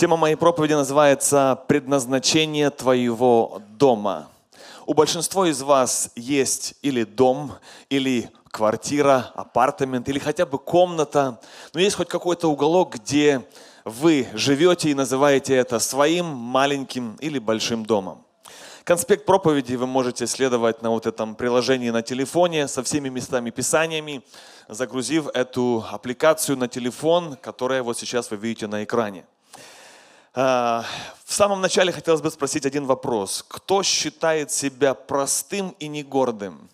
Тема моей проповеди называется «Предназначение твоего дома». У большинства из вас есть или дом, или квартира, апартамент, или хотя бы комната, но есть хоть какой-то уголок, где вы живете и называете это своим маленьким или большим домом. Конспект проповеди вы можете следовать на вот этом приложении на телефоне со всеми местами Писаниями, загрузив эту аппликацию на телефон, которая вот сейчас вы видите на экране. В самом начале хотелось бы спросить один вопрос. Кто считает себя простым и не гордым?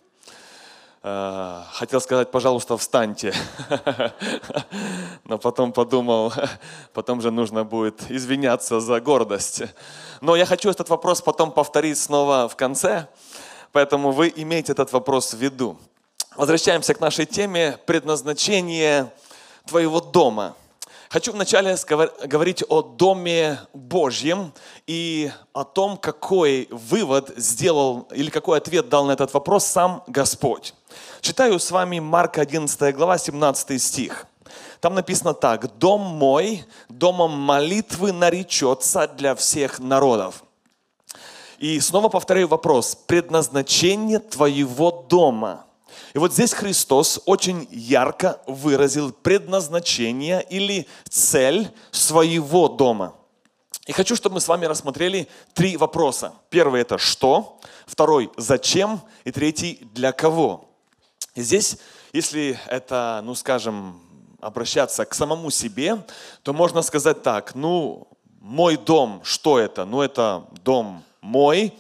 Хотел сказать, пожалуйста, встаньте. Но потом подумал, потом же нужно будет извиняться за гордость. Но я хочу этот вопрос потом повторить снова в конце, поэтому вы имеете этот вопрос в виду. Возвращаемся к нашей теме «Предназначение твоего дома». Хочу вначале говорить о Доме Божьем и о том, какой вывод сделал или какой ответ дал на этот вопрос сам Господь. Читаю с вами Марка 11 глава, 17 стих. Там написано так: «Дом мой домом молитвы наречется для всех народов». И снова повторяю вопрос: предназначение твоего дома. И вот здесь Христос очень ярко выразил предназначение или цель своего дома. И хочу, чтобы мы с вами рассмотрели три вопроса. Первый – это «что?», второй – «зачем?», и третий – «для кого?». И здесь, если это, обращаться к самому себе, то можно сказать так: мой дом, что это? Это дом мой.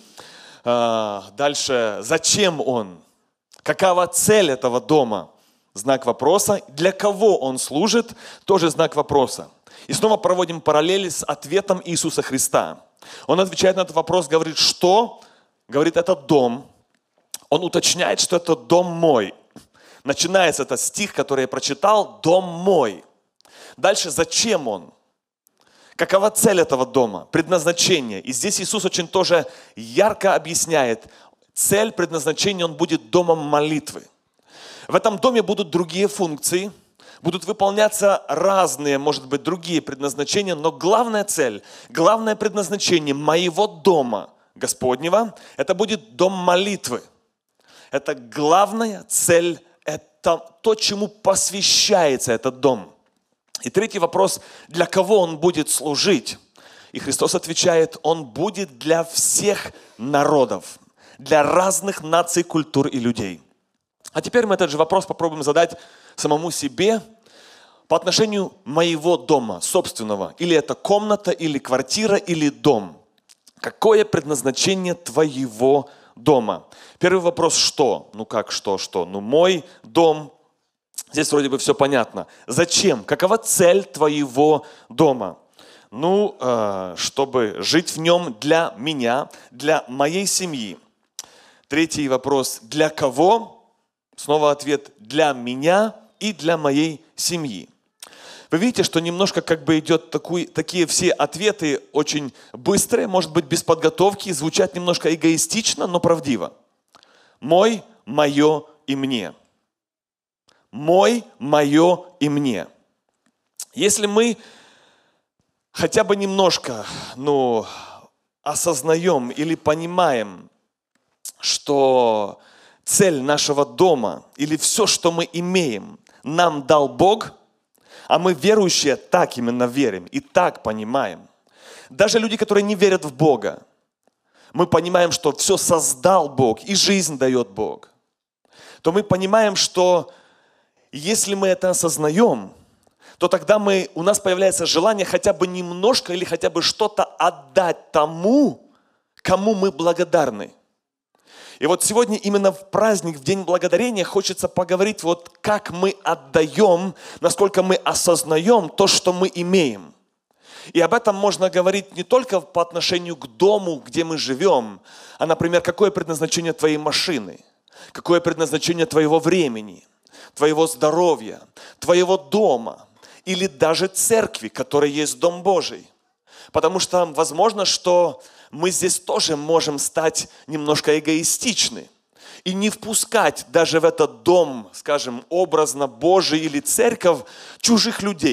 Дальше, зачем он? Какова цель этого дома? Знак вопроса. Для кого он служит? Тоже знак вопроса. И снова проводим параллели с ответом Иисуса Христа. Он отвечает на этот вопрос, говорит, что? Говорит, это дом. Он уточняет, что это дом мой. Начинается этот стих, который я прочитал, дом мой. Дальше, зачем он? Какова цель этого дома? Предназначение. И здесь Иисус очень тоже ярко объясняет, цель, предназначение, он будет домом молитвы. В этом доме будут другие функции, будут выполняться разные, может быть, другие предназначения, но главная цель, главное предназначение моего дома Господнего, это будет дом молитвы. Это главная цель, это то, чему посвящается этот дом. И третий вопрос: для кого он будет служить? И Христос отвечает: он будет для всех народов, для разных наций, культур и людей. А теперь мы этот же вопрос попробуем задать самому себе по отношению моего дома, собственного. Или это комната, или квартира, или дом. Какое предназначение твоего дома? Первый вопрос: что? Что? Мой дом. Здесь вроде бы все понятно. Зачем? Какова цель твоего дома? Чтобы жить в нем для меня, для моей семьи. Третий вопрос: для кого? Снова ответ: для меня и для моей семьи. Вы видите, что немножко идет такие все ответы очень быстрые, может быть, без подготовки, звучат немножко эгоистично, но правдиво. Мой, мое и мне. Мой, мое и мне. Если мы хотя бы немножко, осознаем или понимаем, что цель нашего дома или все, что мы имеем, нам дал Бог, а мы, верующие, так именно верим и так понимаем. Даже люди, которые не верят в Бога, мы понимаем, что все создал Бог и жизнь дает Бог. То мы понимаем, что если мы это осознаем, то тогда у нас появляется желание хотя бы немножко или хотя бы что-то отдать тому, кому мы благодарны. И вот сегодня именно в праздник, в День Благодарения, хочется поговорить, как мы отдаем, насколько мы осознаем то, что мы имеем. И об этом можно говорить не только по отношению к дому, где мы живем, а, например, какое предназначение твоей машины, какое предназначение твоего времени, твоего здоровья, твоего дома или даже церкви, которая есть Дом Божий. Потому что возможно, что мы здесь тоже можем стать немножко эгоистичны и не впускать даже в этот дом, образно Божий или церковь, чужих людей.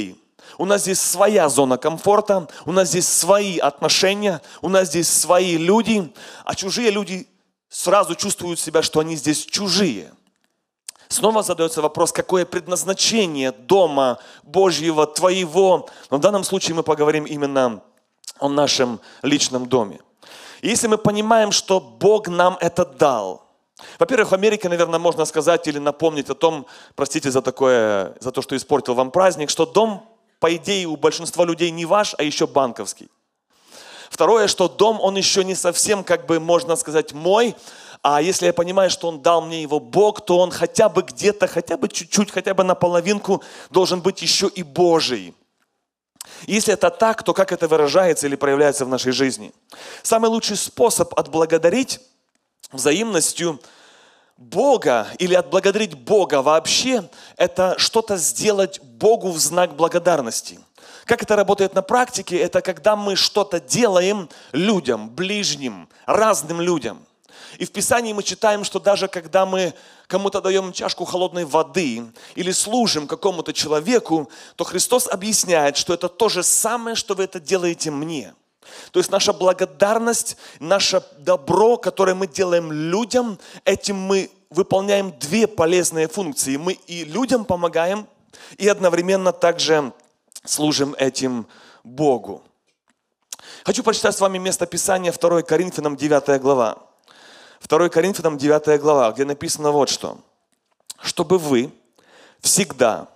У нас здесь своя зона комфорта, у нас здесь свои отношения, у нас здесь свои люди, а чужие люди сразу чувствуют себя, что они здесь чужие. Снова задается вопрос, какое предназначение Дома Божьего, твоего. Но в данном случае мы поговорим именно о нашем личном доме. И если мы понимаем, что Бог нам это дал. Во-первых, в Америке, наверное, можно сказать или напомнить о том, простите за такое, за то, что испортил вам праздник, что дом, по идее, у большинства людей не ваш, а еще банковский. Второе, что дом, он еще не совсем, как бы, можно сказать, мой, а если я понимаю, что он дал мне его Бог, то он хотя бы где-то, хотя бы чуть-чуть, хотя бы наполовинку должен быть еще и Божий. Если это так, то как это выражается или проявляется в нашей жизни? Самый лучший способ отблагодарить взаимностью Бога или отблагодарить Бога вообще, это что-то сделать Богу в знак благодарности. Как это работает на практике? Это когда мы что-то делаем людям, ближним, разным людям. И в Писании мы читаем, что даже когда мы кому-то даем чашку холодной воды или служим какому-то человеку, то Христос объясняет, что это то же самое, что вы это делаете мне. То есть наша благодарность, наше добро, которое мы делаем людям, этим мы выполняем две полезные функции. Мы и людям помогаем, и одновременно также служим этим Богу. Хочу прочитать с вами место Писания 2 Коринфянам 9 глава. 2 Коринфянам 9 глава, где написано вот что. Чтобы вы всегда,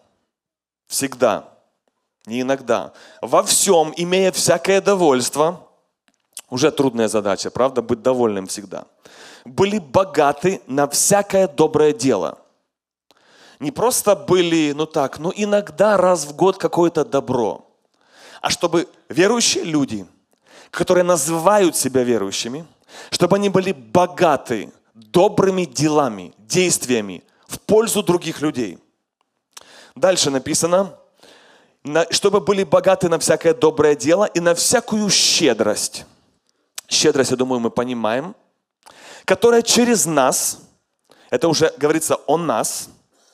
не иногда, во всем, имея всякое довольство, уже трудная задача, правда, быть довольным всегда, были богаты на всякое доброе дело. Не просто были, иногда раз в год какое-то добро, а чтобы верующие люди, которые называют себя верующими, чтобы они были богаты добрыми делами, действиями в пользу других людей. Дальше написано, чтобы были богаты на всякое доброе дело и на всякую щедрость. Щедрость, я думаю, мы понимаем, которая через нас, это уже говорится о нас,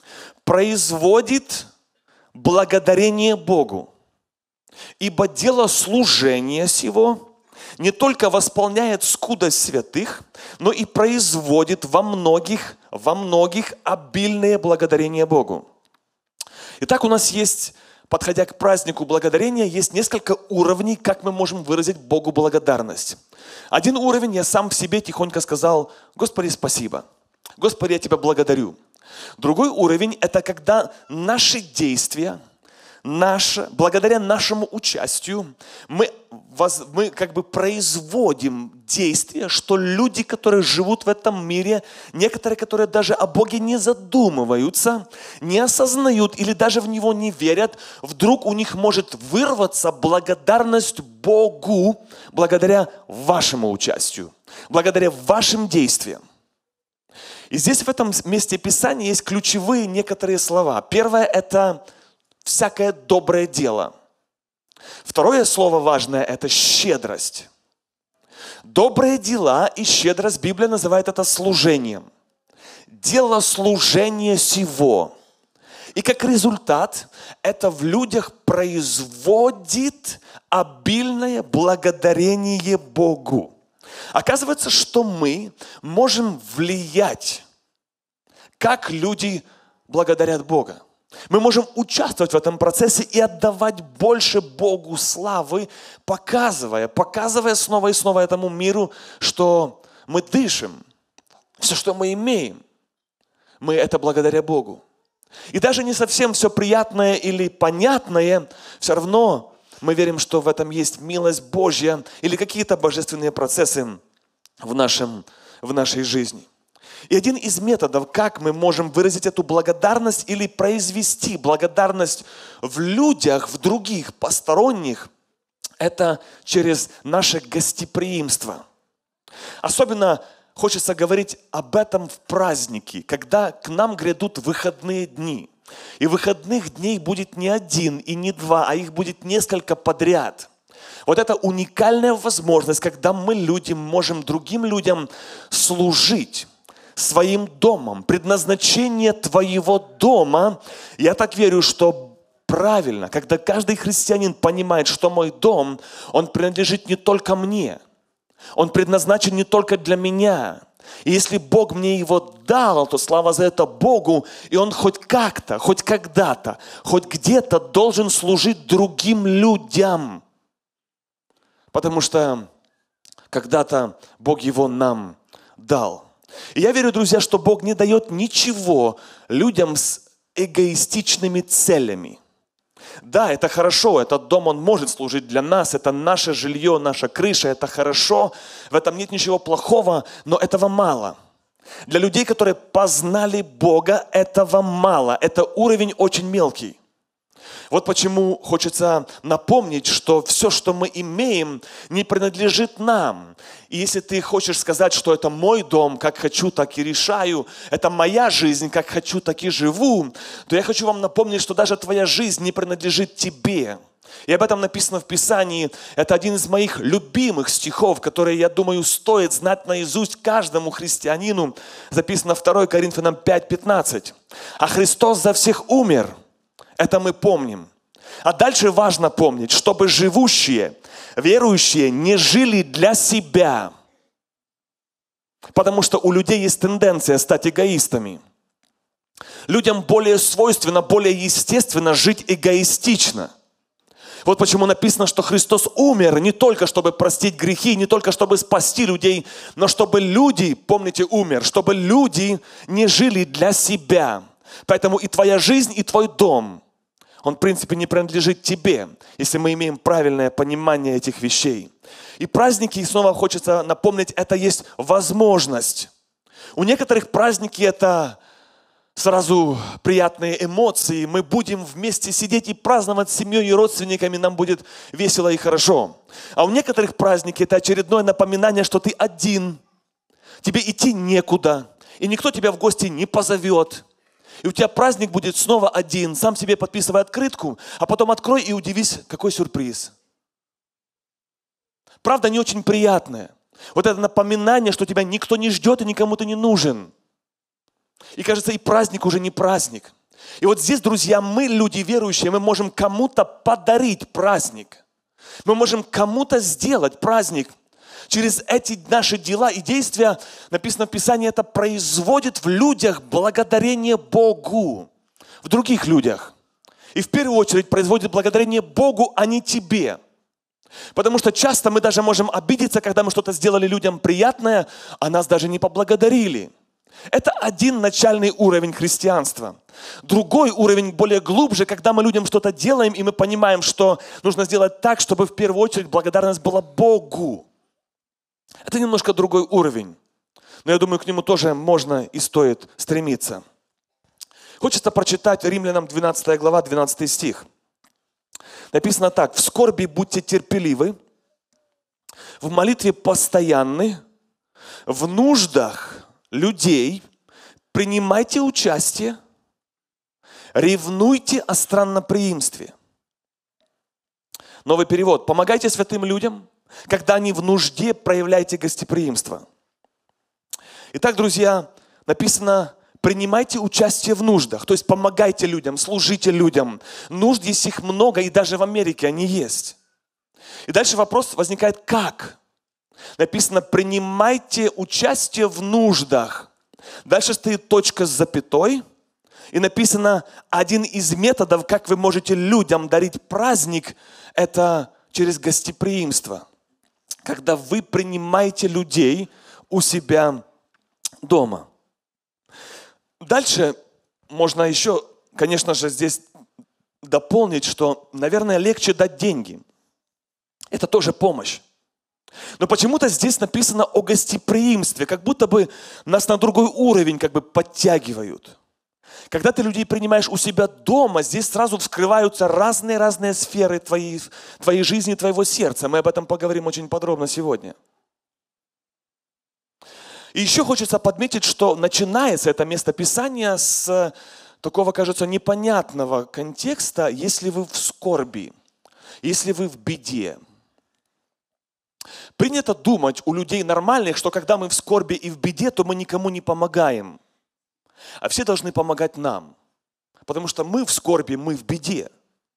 производит благодарение Богу. Ибо дело служения сего не только восполняет скудость святых, но и производит во многих обильное благодарение Богу. Итак, у нас есть, подходя к празднику благодарения, есть несколько уровней, как мы можем выразить Богу благодарность. Один уровень я сам в себе тихонько сказал: Господи, спасибо. Господи, я Тебя благодарю. Другой уровень – это когда наши действия, благодаря нашему участию, мы как бы производим действия, что люди, которые живут в этом мире, некоторые, которые даже о Боге не задумываются, не осознают или даже в Него не верят, вдруг у них может вырваться благодарность Богу благодаря вашему участию, благодаря вашим действиям. И здесь в этом месте Писания есть ключевые некоторые слова. Первое – это всякое доброе дело. Второе слово важное – это щедрость. Добрые дела и щедрость Библия называет это служением. Дело служения сего. И как результат, это в людях производит обильное благодарение Богу. Оказывается, что мы можем влиять, как люди благодарят Бога. Мы можем участвовать в этом процессе и отдавать больше Богу славы, показывая снова и снова этому миру, что мы дышим. Все, что мы имеем, мы это благодаря Богу. И даже не совсем все приятное или понятное, все равно мы верим, что в этом есть милость Божья или какие-то божественные процессы в нашей жизни. И один из методов, как мы можем выразить эту благодарность или произвести благодарность в людях, в других, посторонних, это через наше гостеприимство. Особенно хочется говорить об этом в праздники, когда к нам грядут выходные дни. И выходных дней будет не один и не два, а их будет несколько подряд. Вот это уникальная возможность, когда мы можем другим людям служить своим домом. Предназначение твоего дома, я так верю, что правильно, когда каждый христианин понимает, что мой дом, он принадлежит не только мне. Он предназначен не только для меня. И если Бог мне его дал, то слава за это Богу, и он хоть как-то, хоть когда-то, хоть где-то должен служить другим людям. Потому что когда-то Бог его нам дал. И я верю, друзья, что Бог не дает ничего людям с эгоистичными целями. Да, это хорошо, этот дом, он может служить для нас, это наше жилье, наша крыша, это хорошо, в этом нет ничего плохого, но этого мало. Для людей, которые познали Бога, этого мало, это уровень очень мелкий. Вот почему хочется напомнить, что все, что мы имеем, не принадлежит нам. И если ты хочешь сказать, что это мой дом, как хочу, так и решаю, это моя жизнь, как хочу, так и живу, то я хочу вам напомнить, что даже твоя жизнь не принадлежит тебе. И об этом написано в Писании. Это один из моих любимых стихов, которые, я думаю, стоит знать наизусть каждому христианину. Записано 2 Коринфянам 5:15. «А Христос за всех умер». Это мы помним. А дальше важно помнить, чтобы живущие, верующие не жили для себя. Потому что у людей есть тенденция стать эгоистами. Людям более свойственно, более естественно жить эгоистично. Вот почему написано, что Христос умер не только, чтобы простить грехи, не только, чтобы спасти людей, но чтобы люди, помните, умер, чтобы люди не жили для себя. Поэтому и твоя жизнь, и твой дом, он, в принципе, не принадлежит тебе, если мы имеем правильное понимание этих вещей. И праздники, и снова хочется напомнить, это есть возможность. У некоторых праздники это сразу приятные эмоции. Мы будем вместе сидеть и праздновать с семьей и родственниками, нам будет весело и хорошо. А у некоторых праздники это очередное напоминание, что ты один, тебе идти некуда, и никто тебя в гости не позовет. И у тебя праздник будет снова один. Сам себе подписывай открытку, а потом открой и удивись, какой сюрприз. Правда, не очень приятное. Вот это напоминание, что тебя никто не ждет и никому ты не нужен. И кажется, и праздник уже не праздник. И вот здесь, друзья, мы, люди верующие, мы можем кому-то подарить праздник. Мы можем кому-то сделать праздник. Через эти наши дела и действия, написано в Писании, это производит в людях благодарение Богу. В других людях. И в первую очередь производит благодарение Богу, а не тебе. Потому что часто мы даже можем обидеться, когда мы что-то сделали людям приятное, а нас даже не поблагодарили. Это один начальный уровень христианства. Другой уровень, более глубже, когда мы людям что-то делаем, и мы понимаем, что нужно сделать так, чтобы в первую очередь благодарность была Богу. Это немножко другой уровень. Но я думаю, к нему тоже можно и стоит стремиться. Хочется прочитать Римлянам 12 глава, 12 стих. Написано так. «В скорби будьте терпеливы, в молитве постоянны, в нуждах людей принимайте участие, ревнуйте о странноприимстве». Новый перевод. «Помогайте святым людям, когда они в нужде, проявляйте гостеприимство». Итак, друзья, написано, принимайте участие в нуждах, то есть помогайте людям, служите людям. Нужд есть их много, и даже в Америке они есть. И дальше вопрос возникает, как? Написано, принимайте участие в нуждах. Дальше стоит точка с запятой, и написано, один из методов, как вы можете людям дарить праздник, это через гостеприимство. Когда вы принимаете людей у себя дома. Дальше можно еще, конечно же, здесь дополнить, что, наверное, легче дать деньги. Это тоже помощь. Но почему-то здесь написано о гостеприимстве, как будто бы нас на другой уровень как бы подтягивают. Когда ты людей принимаешь у себя дома, здесь сразу вскрываются разные сферы твоей жизни, твоего сердца. Мы об этом поговорим очень подробно сегодня. И еще хочется подметить, что начинается это местописание с такого, кажется, непонятного контекста, если вы в скорби, если вы в беде. Принято думать у людей нормальных, что когда мы в скорби и в беде, то мы никому не помогаем. А все должны помогать нам. Потому что мы в скорби, мы в беде.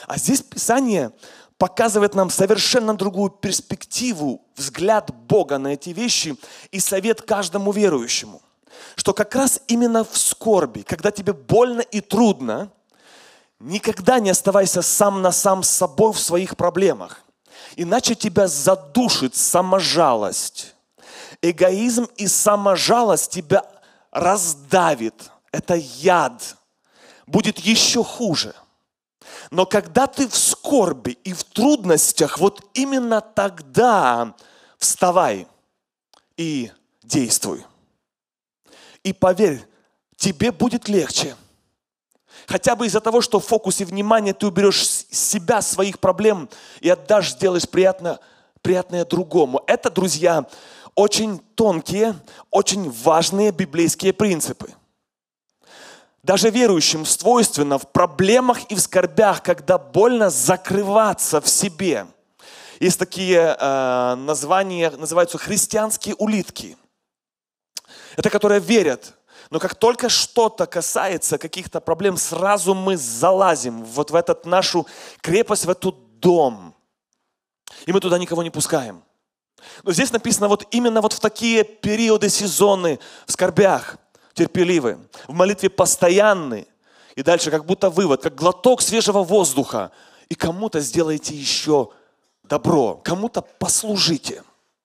А здесь Писание показывает нам совершенно другую перспективу, взгляд Бога на эти вещи и совет каждому верующему. Что как раз именно в скорби, когда тебе больно и трудно, никогда не оставайся сам на сам с собой в своих проблемах. Иначе тебя задушит саможалость. Эгоизм и саможалость тебя раздавит. Это яд. Будет еще хуже. Но когда ты в скорби и в трудностях, вот именно тогда вставай и действуй. И поверь, тебе будет легче. Хотя бы из-за того, что в фокусе внимания ты уберешь себя, своих проблем и отдашь, сделаешь приятное другому. Это, друзья, очень тонкие, очень важные библейские принципы. Даже верующим свойственно в проблемах и в скорбях, когда больно, закрываться в себе. Есть такие названия, называются христианские улитки. Это которые верят. Но как только что-то касается каких-то проблем, сразу мы залазим вот в эту нашу крепость, в этот дом. И мы туда никого не пускаем. Но здесь написано вот именно вот в такие периоды, сезоны, в скорбях терпеливы, в молитве постоянны. И дальше как будто вывод, как глоток свежего воздуха. И кому-то сделайте еще добро, кому-то послужите.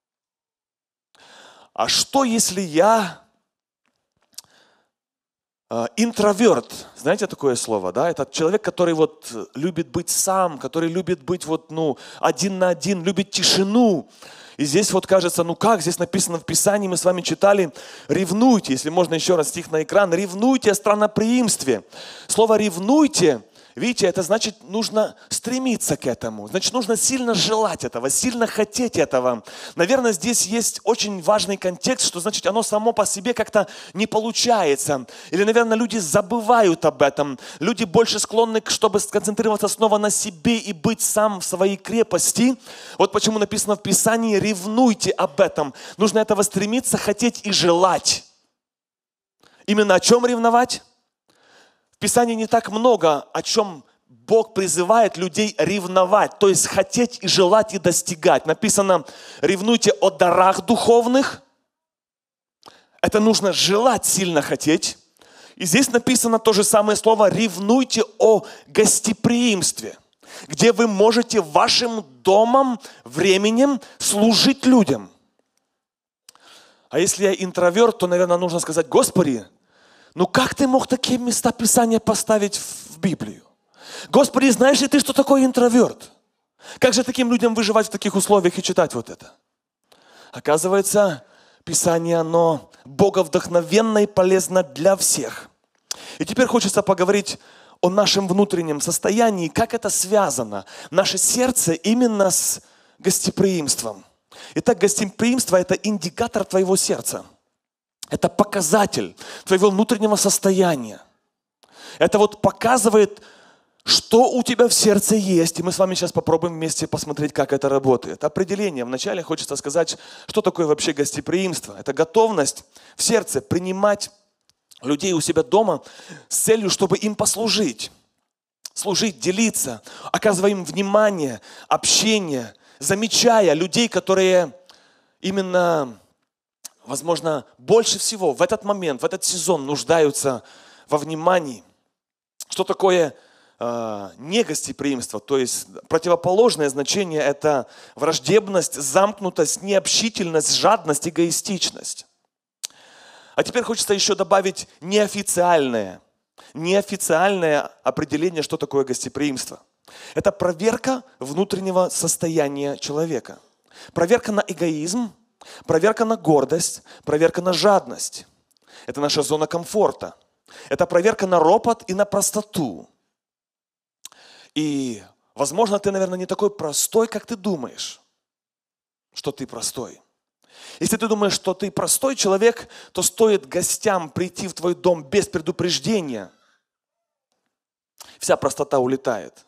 А что если я интроверт? Знаете такое слово, да? Это человек, который вот любит быть сам, который любит быть вот, один на один, любит тишину. И здесь вот кажется, как здесь написано в Писании, мы с вами читали, ревнуйте, если можно еще раз стих на экран, ревнуйте о странноприимстве. Слово ревнуйте, видите, это значит, нужно стремиться к этому. Значит, нужно сильно желать этого, сильно хотеть этого. Наверное, здесь есть очень важный контекст, что значит, оно само по себе как-то не получается. Или, наверное, люди забывают об этом. Люди больше склонны, чтобы сконцентрироваться снова на себе и быть сам в своей крепости. Вот почему написано в Писании, ревнуйте об этом. Нужно этого стремиться, хотеть и желать. Именно о чем ревновать? В Писании не так много, о чем Бог призывает людей ревновать, то есть хотеть и желать и достигать. Написано, ревнуйте о дарах духовных. Это нужно желать, сильно хотеть. И здесь написано то же самое слово, ревнуйте о гостеприимстве, где вы можете вашим домом, временем служить людям. А если я интроверт, то, наверное, нужно сказать, Господи, как ты мог такие места Писания поставить в Библию? Господи, знаешь ли ты, что такое интроверт? Как же таким людям выживать в таких условиях и читать вот это? Оказывается, Писание, оно боговдохновенно и полезно для всех. И теперь хочется поговорить о нашем внутреннем состоянии, как это связано, наше сердце именно с гостеприимством. Итак, гостеприимство – это индикатор твоего сердца. Это показатель твоего внутреннего состояния. Это вот показывает, что у тебя в сердце есть. И мы с вами сейчас попробуем вместе посмотреть, как это работает. Определение. Вначале хочется сказать, что такое вообще гостеприимство. Это готовность в сердце принимать людей у себя дома с целью, чтобы им послужить. Служить, делиться, оказывая им внимание, общение, замечая людей, которые именно... возможно, больше всего в этот момент, в этот сезон нуждаются во внимании. Что такое негостеприимство? То есть противоположное значение – это враждебность, замкнутость, необщительность, жадность, эгоистичность. А теперь хочется еще добавить неофициальное определение, что такое гостеприимство. Это проверка внутреннего состояния человека. Проверка на эгоизм, проверка на гордость, проверка на жадность. Это наша зона комфорта. Это проверка на ропот и на простоту. И, возможно, ты, наверное, не такой простой, как ты думаешь, что ты простой. Если ты думаешь, что ты простой человек, то стоит гостям прийти в твой дом без предупреждения, вся простота улетает.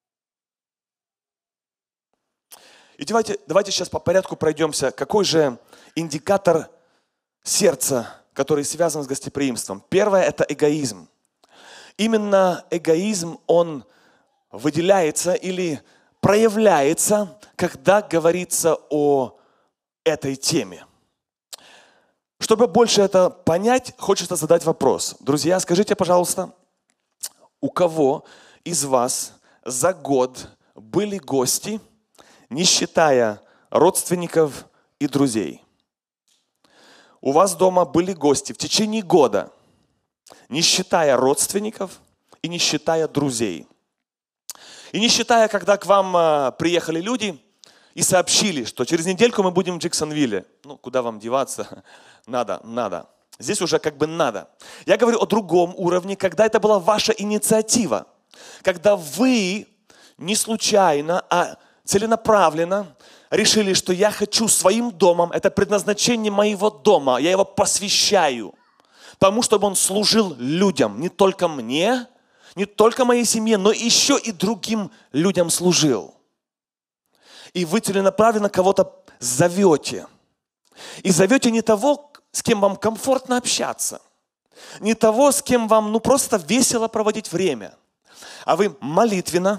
И давайте сейчас по порядку пройдемся. Какой же индикатор сердца, который связан с гостеприимством? Первое – это эгоизм. Именно эгоизм, он выделяется или проявляется, когда говорится о этой теме. Чтобы больше это понять, хочется задать вопрос. Друзья, скажите, пожалуйста, у кого из вас за год были гости, не считая родственников и друзей? У вас дома были гости в течение года, не считая родственников и не считая друзей. И не считая, когда к вам приехали люди и сообщили, что через недельку мы будем в Джексонвилле. Ну, куда вам деваться? Надо. Здесь уже как бы надо. Я говорю о другом уровне, когда это была ваша инициатива. Когда вы не случайно, а целенаправленно решили, что я хочу своим домом, это предназначение моего дома, я его посвящаю тому, чтобы он служил людям, не только мне, не только моей семье, но еще и другим людям служил. И вы целенаправленно кого-то зовете. И зовете не того, с кем вам комфортно общаться, не того, с кем вам просто весело проводить время, а вы молитвенно,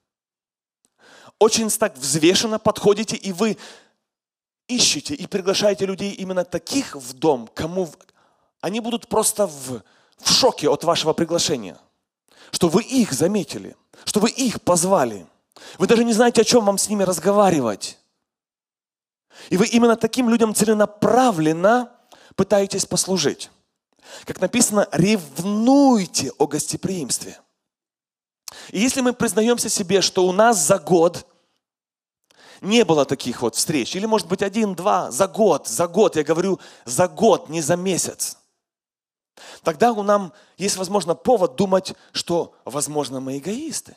очень так взвешенно подходите, и вы ищете и приглашаете людей именно таких в дом, кому они будут просто в шоке от вашего приглашения, что вы их заметили, что вы их позвали. Вы даже не знаете, о чем вам с ними разговаривать. И вы именно таким людям целенаправленно пытаетесь послужить. Как написано, ревнуйте о гостеприимстве. И если мы признаемся себе, что у нас за год не было таких вот встреч, или может быть 1-2 за год, я говорю за год, не за месяц, тогда у нас есть, возможно, повод думать, что, возможно, мы эгоисты.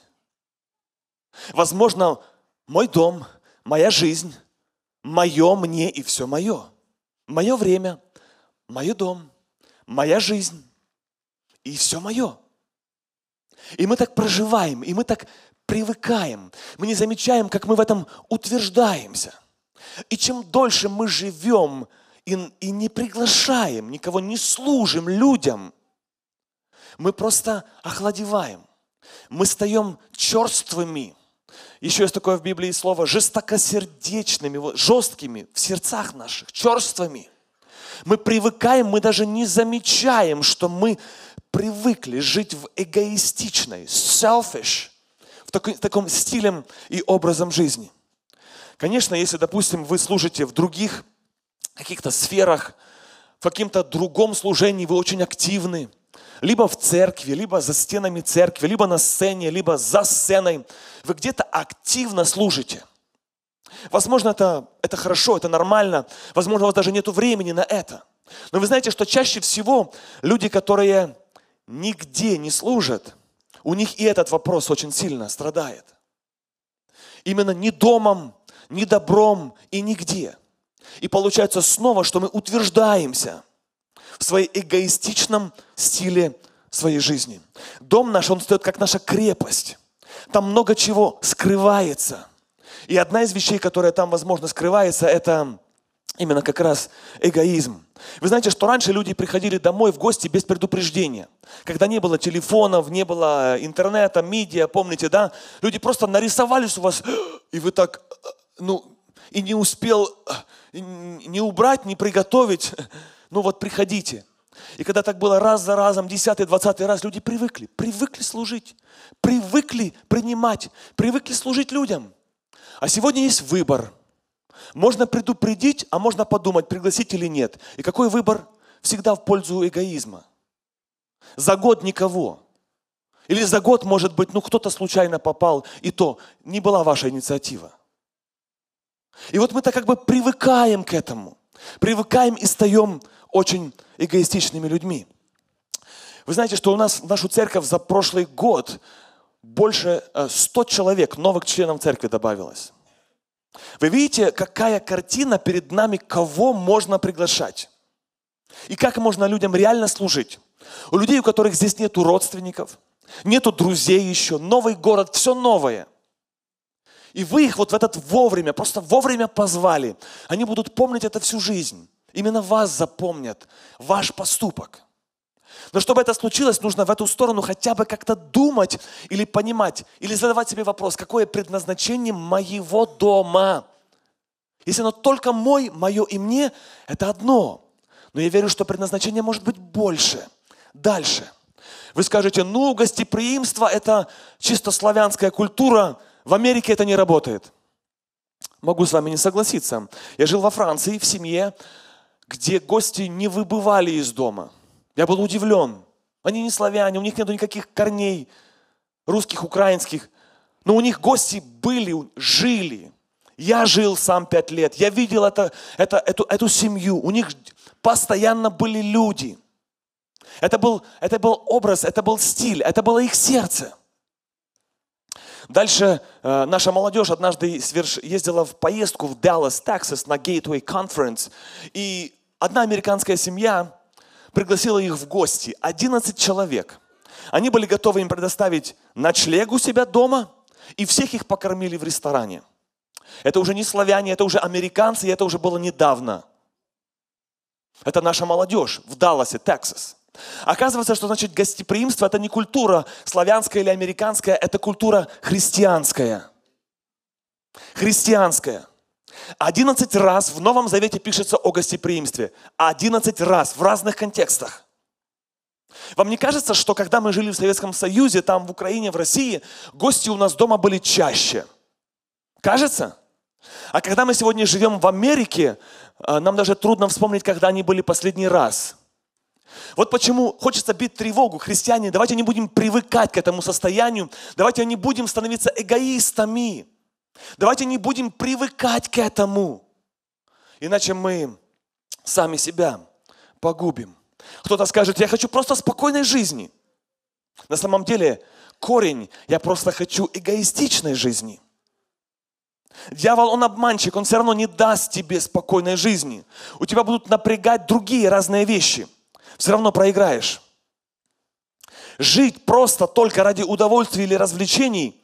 Возможно, мой дом, моя жизнь, мое, мне и все мое. Мое время, мой дом, моя жизнь и все мое. И мы так проживаем, и мы так привыкаем. Мы не замечаем, как мы в этом утверждаемся. И чем дольше мы живем и не приглашаем никого, не служим людям, мы просто охладеваем. Мы стаем черствыми. Еще есть такое в Библии слово жестокосердечными, жесткими в сердцах наших, черствыми. Мы привыкаем, мы даже не замечаем, что мы привыкли жить в эгоистичной, selfish, в таком стиле и образом жизни. Конечно, если, допустим, вы служите в других каких-то сферах, в каком-то другом служении вы очень активны, либо в церкви, либо за стенами церкви, либо на сцене, либо за сценой, вы где-то активно служите. Возможно, это хорошо, это нормально, возможно, у вас даже нет времени на это. Но вы знаете, что чаще всего люди, которые нигде не служат, у них и этот вопрос очень сильно страдает. Именно ни домом, ни добром и нигде. И получается снова, что мы утверждаемся в своем эгоистичном стиле своей жизни. Дом наш, он стоит как наша крепость. Там много чего скрывается. И одна из вещей, которая там, возможно, скрывается, это именно как раз эгоизм. Вы знаете, что раньше люди приходили домой в гости без предупреждения. Когда не было телефонов, не было интернета, медиа, помните, да? Люди просто нарисовались у вас, и вы так, и не успел не убрать, не приготовить. Приходите. И когда так было раз за разом, 10-й, 20-й раз, люди привыкли служить, привыкли принимать, привыкли служить людям. А сегодня есть выбор. Можно предупредить, а можно подумать, пригласить или нет. И какой выбор? Всегда в пользу эгоизма. За год никого. Или за год, может быть, кто-то случайно попал, и то не была ваша инициатива. И вот мы так как бы привыкаем к этому. Привыкаем и стаем очень эгоистичными людьми. Вы знаете, что у нас в нашу церковь за прошлый год больше 100 человек, новых членов церкви добавилось. Вы видите, какая картина перед нами, кого можно приглашать. И как можно людям реально служить. У людей, у которых здесь нету родственников, нету друзей еще, новый город, все новое. И вы их вот в этот вовремя, просто вовремя позвали. Они будут помнить это всю жизнь. Именно вас запомнят, ваш поступок. Но чтобы это случилось, нужно в эту сторону хотя бы как-то думать или понимать, или задавать себе вопрос, какое предназначение моего дома. Если оно только мое и мне, это одно. Но я верю, что предназначение может быть больше, дальше. Вы скажете, гостеприимство – это чисто славянская культура, в Америке это не работает. Могу с вами не согласиться. Я жил во Франции в семье, где гости не выбывали из дома. Я был удивлен. Они не славяне, у них нет никаких корней русских, украинских. Но у них гости были, жили. Я жил сам 5 лет. Я видел эту семью. У них постоянно были люди. Это был образ, это был стиль, это было их сердце. Дальше наша молодежь однажды ездила в поездку в Даллас, Техас, на Gateway Conference. И одна американская семья пригласила их в гости. 11 человек. Они были готовы им предоставить ночлег у себя дома, и всех их покормили в ресторане. Это уже не славяне, это уже американцы, и это уже было недавно. Это наша молодежь в Далласе, Техас. Оказывается, что значит гостеприимство – это не культура славянская или американская, это культура христианская. Христианская. 11 раз в Новом Завете пишется о гостеприимстве. 11 раз в разных контекстах. Вам не кажется, что когда мы жили в Советском Союзе, там в Украине, в России, гости у нас дома были чаще? Кажется? А когда мы сегодня живем в Америке, нам даже трудно вспомнить, когда они были последний раз. Вот почему хочется бить тревогу, христиане, давайте не будем привыкать к этому состоянию, давайте не будем становиться эгоистами, давайте не будем привыкать к этому, иначе мы сами себя погубим. Кто-то скажет, я хочу просто спокойной жизни. На самом деле корень, я просто хочу эгоистичной жизни. Дьявол, он обманщик, он все равно не даст тебе спокойной жизни. У тебя будут напрягать другие разные вещи. Все равно проиграешь. Жить просто только ради удовольствия или развлечений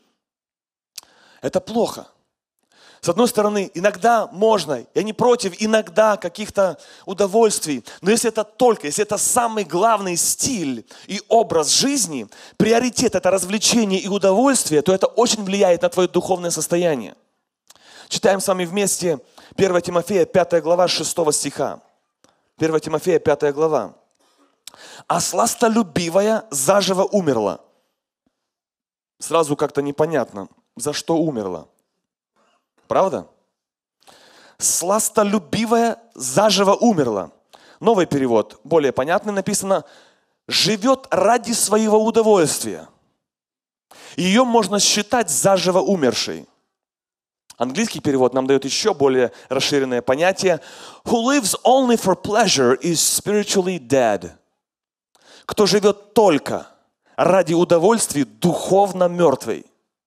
– это плохо. С одной стороны, иногда можно, я не против иногда каких-то удовольствий, но если это самый главный стиль и образ жизни, приоритет – это развлечение и удовольствие, то это очень влияет на твое духовное состояние. Читаем с вами вместе 1 Тимофея, 5 глава, 6 стиха. 1 Тимофея, 5 глава. «А сластолюбивая заживо умерла». Сразу как-то непонятно, за что умерла. Правда? «Сластолюбивая заживо умерла». Новый перевод, более понятный, написано «живет ради своего удовольствия». Ее можно считать заживо умершей. Английский перевод нам дает еще более расширенное понятие. Who lives only for pleasure is spiritually dead. Кто живет только ради удовольствий, духовно мертвый.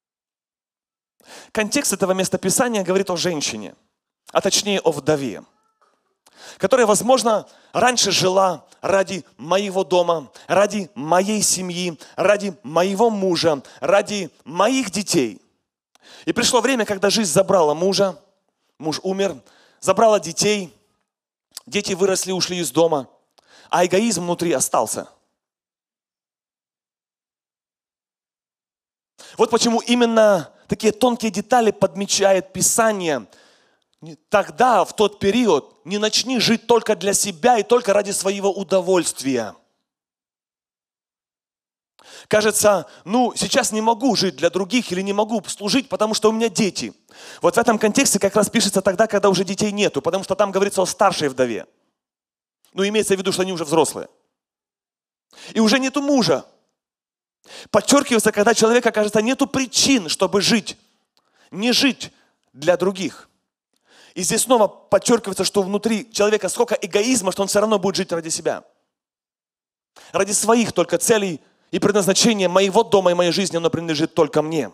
Контекст этого местописания говорит о женщине, а точнее о вдове, которая, возможно, раньше жила ради моего дома, ради моей семьи, ради моего мужа, ради моих детей. И пришло время, когда жизнь забрала мужа, муж умер, забрала детей, дети выросли, ушли из дома, а эгоизм внутри остался. Вот почему именно такие тонкие детали подмечает Писание. Тогда, в тот период, не начни жить только для себя и только ради своего удовольствия. Кажется, сейчас не могу жить для других или не могу служить, потому что у меня дети. Вот в этом контексте как раз пишется тогда, когда уже детей нету, потому что там говорится о старшей вдове. Имеется в виду, что они уже взрослые. И уже нету мужа. Подчеркивается, когда человека, кажется, нету причин, чтобы жить. Не жить для других. И здесь снова подчеркивается, что внутри человека сколько эгоизма, что он все равно будет жить ради себя. Ради своих только целей и предназначения моего дома и моей жизни, оно принадлежит только мне.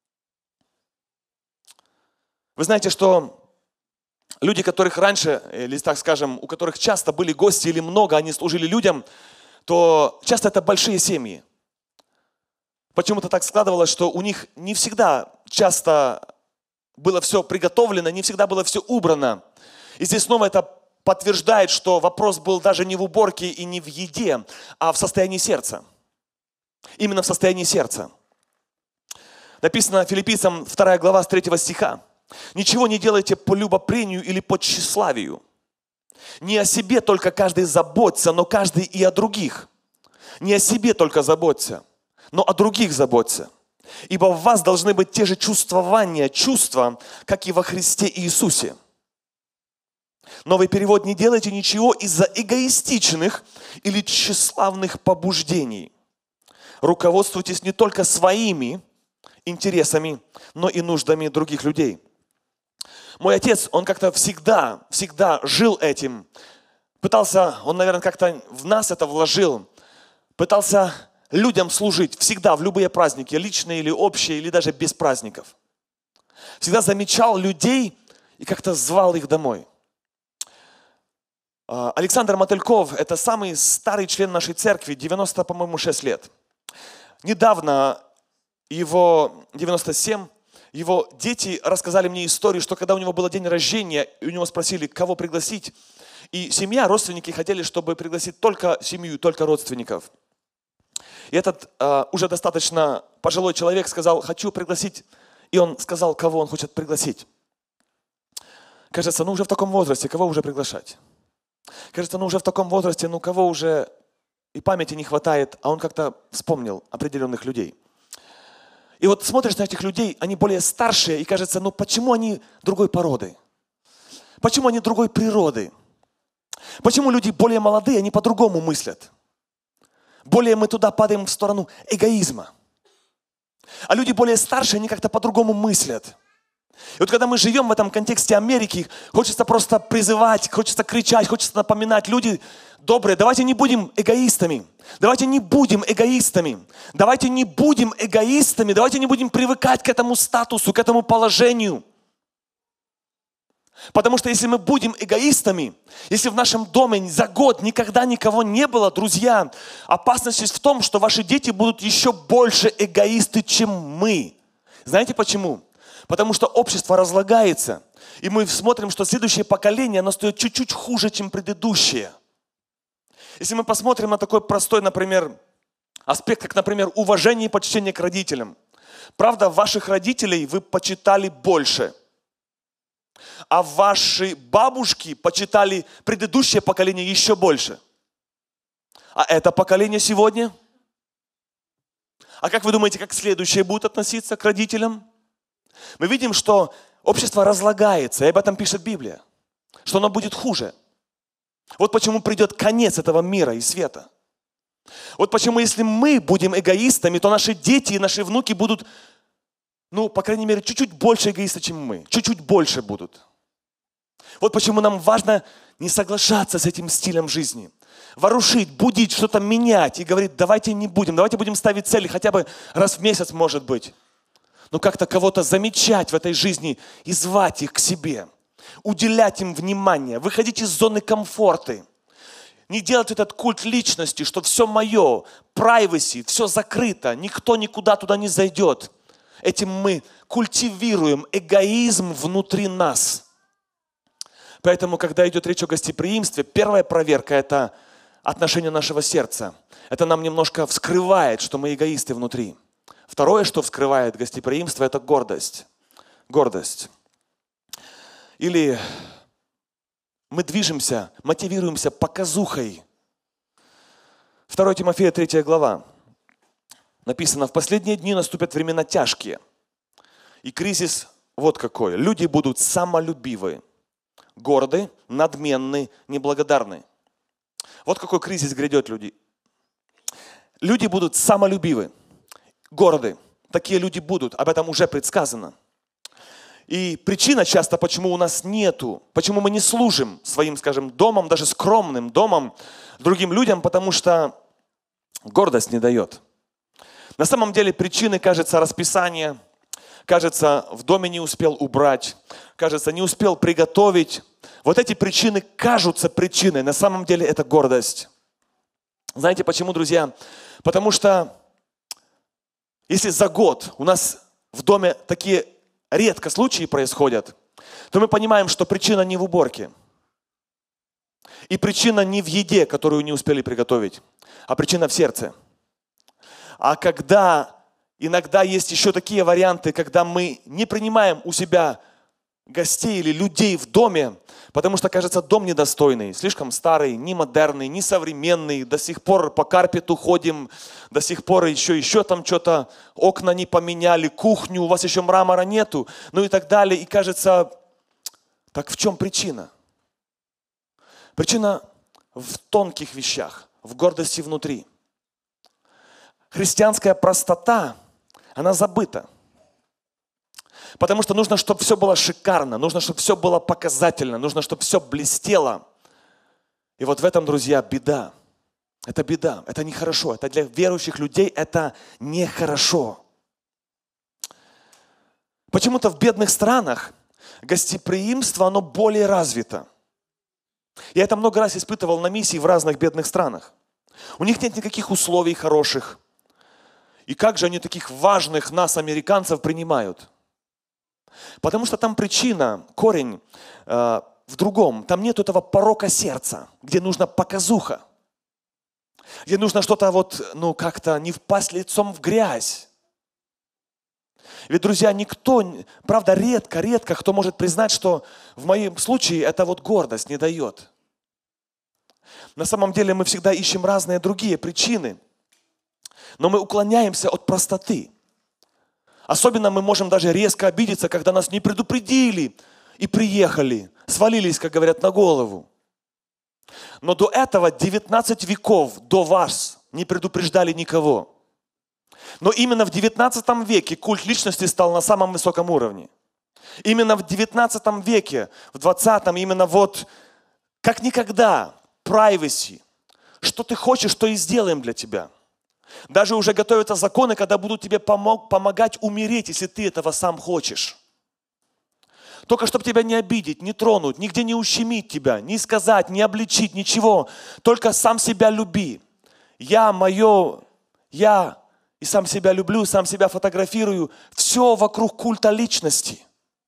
Вы знаете, что люди, которых раньше, или так скажем, у которых часто были гости или много, они служили людям, то часто это большие семьи. Почему-то так складывалось, что у них не всегда часто было все приготовлено, не всегда было все убрано. И здесь снова это подтверждает, что вопрос был даже не в уборке и не в еде, а в состоянии сердца. Именно в состоянии сердца. Написано Филиппийцам 2 глава с 3 стиха. «Ничего не делайте по любопрению или по тщеславию. Не о себе только каждый заботится, но каждый и о других. Не о себе только заботься, но о других заботься. Ибо в вас должны быть те же чувства, как и во Христе Иисусе». Новый перевод: «Не делайте ничего из-за эгоистичных или тщеславных побуждений. Руководствуйтесь не только своими интересами, но и нуждами других людей». Мой отец, он как-то всегда жил этим. Пытался, он, наверное, как-то в нас это вложил. Пытался людям служить всегда, в любые праздники, личные или общие, или даже без праздников. Всегда замечал людей и как-то звал их домой. Александр Мотыльков – это самый старый член нашей церкви, 90, по-моему, 6 лет. Недавно, его 97, его дети рассказали мне историю, что когда у него был день рождения, и у него спросили, кого пригласить, и семья, родственники хотели, чтобы пригласить только семью, только родственников. И этот уже достаточно пожилой человек сказал: хочу пригласить, и он сказал, кого он хочет пригласить. Кажется, уже в таком возрасте, кого уже приглашать? Кажется, уже в таком возрасте, кого уже и памяти не хватает, а он как-то вспомнил определенных людей. И вот смотришь на этих людей, они более старшие, и кажется, почему они другой породы? Почему они другой природы? Почему люди более молодые, они по-другому мыслят? Более мы туда падаем в сторону эгоизма. А люди более старшие, они как-то по-другому мыслят. И вот когда мы живем в этом контексте Америки, хочется просто призывать, хочется кричать, хочется напоминать: люди добрые, давайте не будем эгоистами. Давайте не будем эгоистами. Давайте не будем эгоистами. Давайте не будем привыкать к этому статусу, к этому положению. Потому что если мы будем эгоистами, если в нашем доме за год никогда никого не было, друзья, опасность есть в том, что ваши дети будут еще больше эгоисты, чем мы. Знаете почему? Потому что общество разлагается, и мы смотрим, что следующее поколение, оно стоит чуть-чуть хуже, чем предыдущее. Если мы посмотрим на такой простой, например, аспект, как, например, уважение и почтение к родителям. Правда, ваших родителей вы почитали больше, а ваши бабушки почитали предыдущее поколение еще больше. А это поколение сегодня? А как вы думаете, как следующее будет относиться к родителям? Мы видим, что общество разлагается, и об этом пишет Библия, что оно будет хуже. Вот почему придет конец этого мира и света. Вот почему, если мы будем эгоистами, то наши дети и наши внуки будут, по крайней мере, чуть-чуть больше эгоисты, чем мы. Чуть-чуть больше будут. Вот почему нам важно не соглашаться с этим стилем жизни. Ворушить, будить, что-то менять и говорить: давайте не будем, давайте будем ставить цели хотя бы раз в месяц, может быть. Но как-то кого-то замечать в этой жизни и звать их к себе. Уделять им внимание, выходить из зоны комфорта. Не делать этот культ личности, что все мое, privacy, все закрыто, никто никуда туда не зайдет. Этим мы культивируем эгоизм внутри нас. Поэтому, когда идет речь о гостеприимстве, первая проверка – это отношение нашего сердца. Это нам немножко вскрывает, что мы эгоисты внутри. Второе, что вскрывает гостеприимство, это гордость. Гордость. Или мы движемся, мотивируемся показухой. 2 Тимофея 3 глава. Написано: в последние дни наступят времена тяжкие. И кризис вот какой. Люди будут самолюбивы, горды, надменны, неблагодарны. Вот какой кризис грядет люди. Люди будут самолюбивы, горды. Такие люди будут. Об этом уже предсказано. И причина часто, почему у нас нету, почему мы не служим своим, скажем, домом, даже скромным домом, другим людям, потому что гордость не дает. На самом деле причины, кажется, расписание, кажется, в доме не успел убрать, кажется, не успел приготовить. Вот эти причины кажутся причиной, на самом деле это гордость. Знаете почему, друзья? Потому что если за год у нас в доме такие редко случаи происходят, то мы понимаем, что причина не в уборке. И причина не в еде, которую не успели приготовить, а причина в сердце. А когда иногда есть еще такие варианты, когда мы не принимаем у себя гостей или людей в доме, потому что, кажется, дом недостойный, слишком старый, не модерный, не современный, до сих пор по карпету ходим, до сих пор еще там что-то, окна не поменяли, кухню, у вас еще мрамора нету, ну и так далее. И кажется, так в чем причина? Причина в тонких вещах, в гордости внутри. Христианская простота, она забыта. Потому что нужно, чтобы все было шикарно, нужно, чтобы все было показательно, нужно, чтобы все блестело. И вот в этом, друзья, беда. Это беда, это нехорошо. Это для верующих людей это нехорошо. Почему-то в бедных странах гостеприимство, оно более развито. Я это много раз испытывал на миссии в разных бедных странах. У них нет никаких условий хороших. И как же они таких важных нас, американцев, принимают? Потому что там причина, корень в другом. Там нет этого порока сердца, где нужна показуха. Где нужно что-то как-то не впасть лицом в грязь. Ведь, друзья, никто, правда, редко кто может признать, что в моем случае это гордость не дает. На самом деле мы всегда ищем разные другие причины, но мы уклоняемся от простоты. Особенно мы можем даже резко обидеться, когда нас не предупредили и приехали, свалились, как говорят, на голову. Но до этого 19 веков до вас не предупреждали никого. Но именно в 19 веке культ личности стал на самом высоком уровне. Именно в 19 веке, в 20-м, именно как никогда, privacy. Что ты хочешь, то и сделаем для тебя. Даже уже готовятся законы, когда будут тебе помогать умереть, если ты этого сам хочешь. Только чтобы тебя не обидеть, не тронуть, нигде не ущемить тебя, не сказать, не обличить, ничего. Только сам себя люби. Я, и сам себя люблю, сам себя фотографирую. Все вокруг культа личности.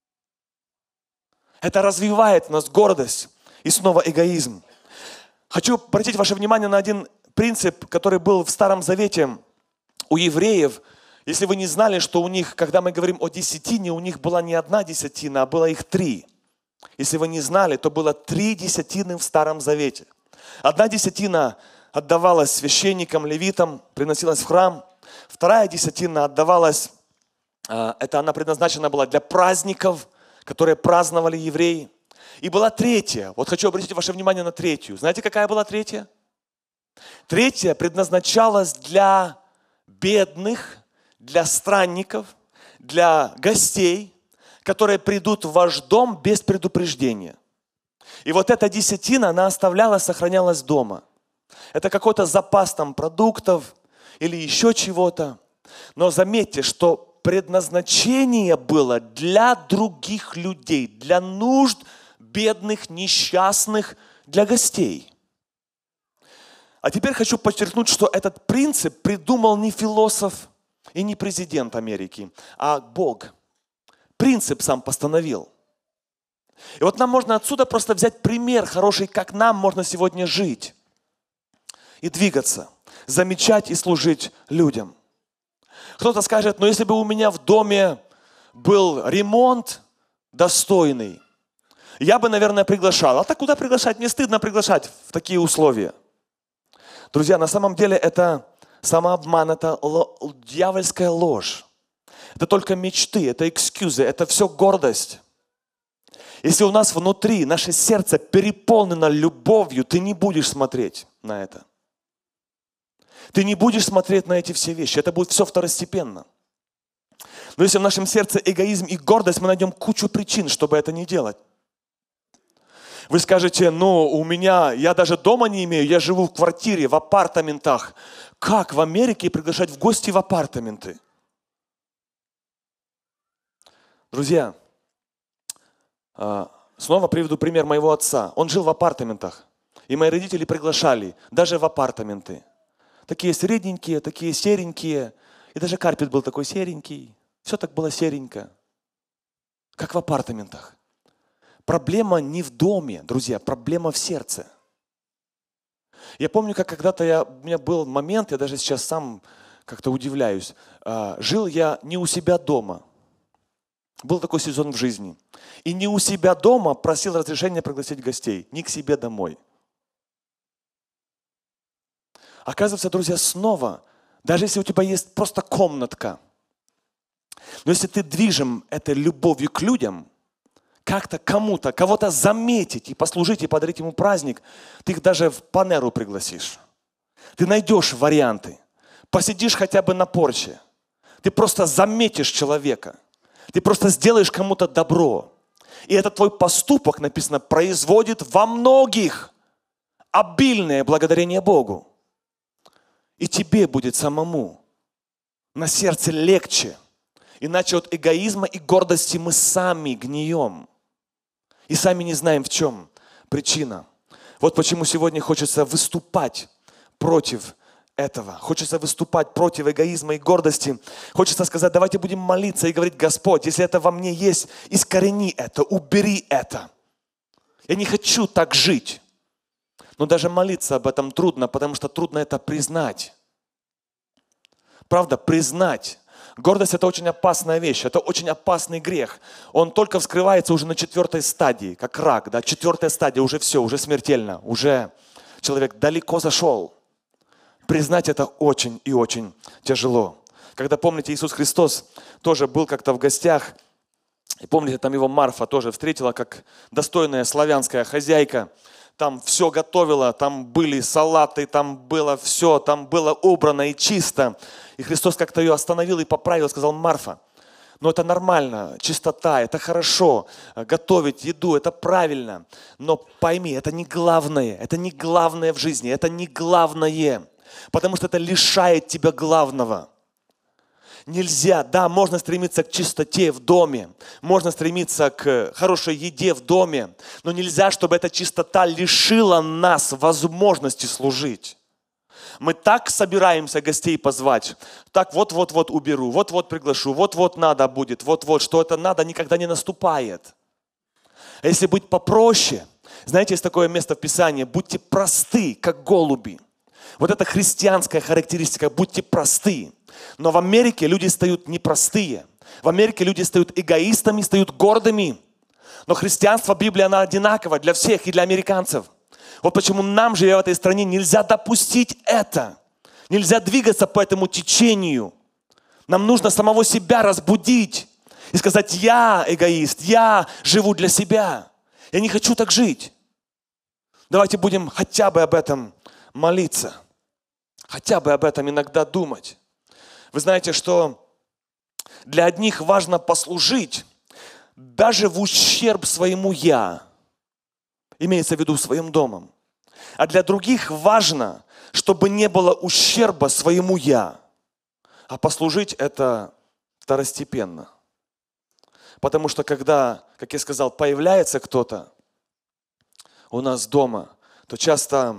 Это развивает в нас гордость и снова эгоизм. Хочу обратить ваше внимание на один принцип, который был в Старом Завете у евреев. Если вы не знали, что у них, когда мы говорим о десятине, у них была не одна десятина, а было их 3. Если вы не знали, то было 3 десятины в Старом Завете. Одна десятина отдавалась священникам, левитам, приносилась в храм. Вторая десятина отдавалась, она предназначена была для праздников, которые праздновали евреи. И была третья. Хочу обратить ваше внимание на третью. Знаете, какая была третья? Третья предназначалась для бедных, для странников, для гостей, которые придут в ваш дом без предупреждения. И эта десятина, она оставлялась, сохранялась дома. Это какой-то запас продуктов или еще чего-то. Но заметьте, что предназначение было для других людей, для нужд бедных, несчастных, для гостей. А теперь хочу подчеркнуть, что этот принцип придумал не философ и не президент Америки, а Бог. Принцип сам постановил. И нам можно отсюда просто взять пример хороший, как нам можно сегодня жить и двигаться, замечать и служить людям. Кто-то скажет, если бы у меня в доме был ремонт достойный, я бы, наверное, приглашал. А так куда приглашать? Мне стыдно приглашать в такие условия. Друзья, на самом деле это самообман, это дьявольская ложь. Это только мечты, это экскьюзы, это все гордость. Если у нас внутри наше сердце переполнено любовью, ты не будешь смотреть на это. Ты не будешь смотреть на эти все вещи, это будет все второстепенно. Но если в нашем сердце эгоизм и гордость, мы найдем кучу причин, чтобы это не делать. Вы скажете, я даже дома не имею, я живу в квартире, в апартаментах. Как в Америке приглашать в гости в апартаменты? Друзья, снова приведу пример моего отца. Он жил в апартаментах, и мои родители приглашали даже в апартаменты. Такие средненькие, такие серенькие, и даже карпет был такой серенький. Все так было серенько, как в апартаментах. Проблема не в доме, друзья, проблема в сердце. Я помню, как когда-то у меня был момент, я даже сейчас сам как-то удивляюсь. Жил я не у себя дома. Был такой сезон в жизни. И не у себя дома просил разрешения пригласить гостей, не к себе домой. Оказывается, друзья, снова, даже если у тебя есть просто комнатка, но если ты движим этой любовью к людям, как-то кому-то, кого-то заметить и послужить, и подарить ему праздник, ты их даже в Панеру пригласишь. Ты найдешь варианты. Посидишь хотя бы на порче. Ты просто заметишь человека. Ты просто сделаешь кому-то добро. И этот твой поступок, написано, производит во многих обильное благодарение Богу. И тебе будет самому на сердце легче. Иначе от эгоизма и гордости мы сами гнием. И сами не знаем, в чем причина. Вот почему сегодня хочется выступать против этого. Хочется выступать против эгоизма и гордости. Хочется сказать, давайте будем молиться и говорить, Господь, если это во мне есть, искорени это, убери это. Я не хочу так жить. Но даже молиться об этом трудно, потому что трудно это признать. Правда, признать. Гордость – это очень опасная вещь, это очень опасный грех. Он только вскрывается уже на 4-й стадии, как рак. Да? 4-я стадия, уже все, уже смертельно, уже человек далеко зашел. Признать это очень и очень тяжело. Когда, помните, Иисус Христос тоже был как-то в гостях, и помните, там его Марфа тоже встретила, как достойная славянская хозяйка. Там все готовила, там были салаты, там было все, там было убрано и чисто. И Христос как-то ее остановил и поправил, сказал, Марфа, ну это нормально, чистота, это хорошо, готовить еду, это правильно. Но пойми, это не главное в жизни, это не главное, потому что это лишает тебя главного. Нельзя, да, можно стремиться к чистоте в доме, можно стремиться к хорошей еде в доме, но нельзя, чтобы эта чистота лишила нас возможности служить. Мы так собираемся гостей позвать, так вот-вот-вот уберу, вот-вот приглашу, вот-вот надо будет, вот-вот, что это надо, никогда не наступает. А если быть попроще, знаете, есть такое место в Писании, будьте просты, как голуби. Вот это христианская характеристика, будьте просты. Но в Америке люди стают непростые. В Америке люди стают эгоистами, стают гордыми. Но христианство, Библия, она одинакова для всех и для американцев. Вот почему нам, живя в этой стране, нельзя допустить это. Нельзя двигаться по этому течению. Нам нужно самого себя разбудить и сказать, я эгоист, я живу для себя. Я не хочу так жить. Давайте будем хотя бы об этом молиться. Хотя бы об этом иногда думать. Вы знаете, что для одних важно послужить даже в ущерб своему «я», имеется в виду своим домом. А для других важно, чтобы не было ущерба своему «я». А послужить это второстепенно. Потому что когда, как я сказал, появляется кто-то у нас дома, то часто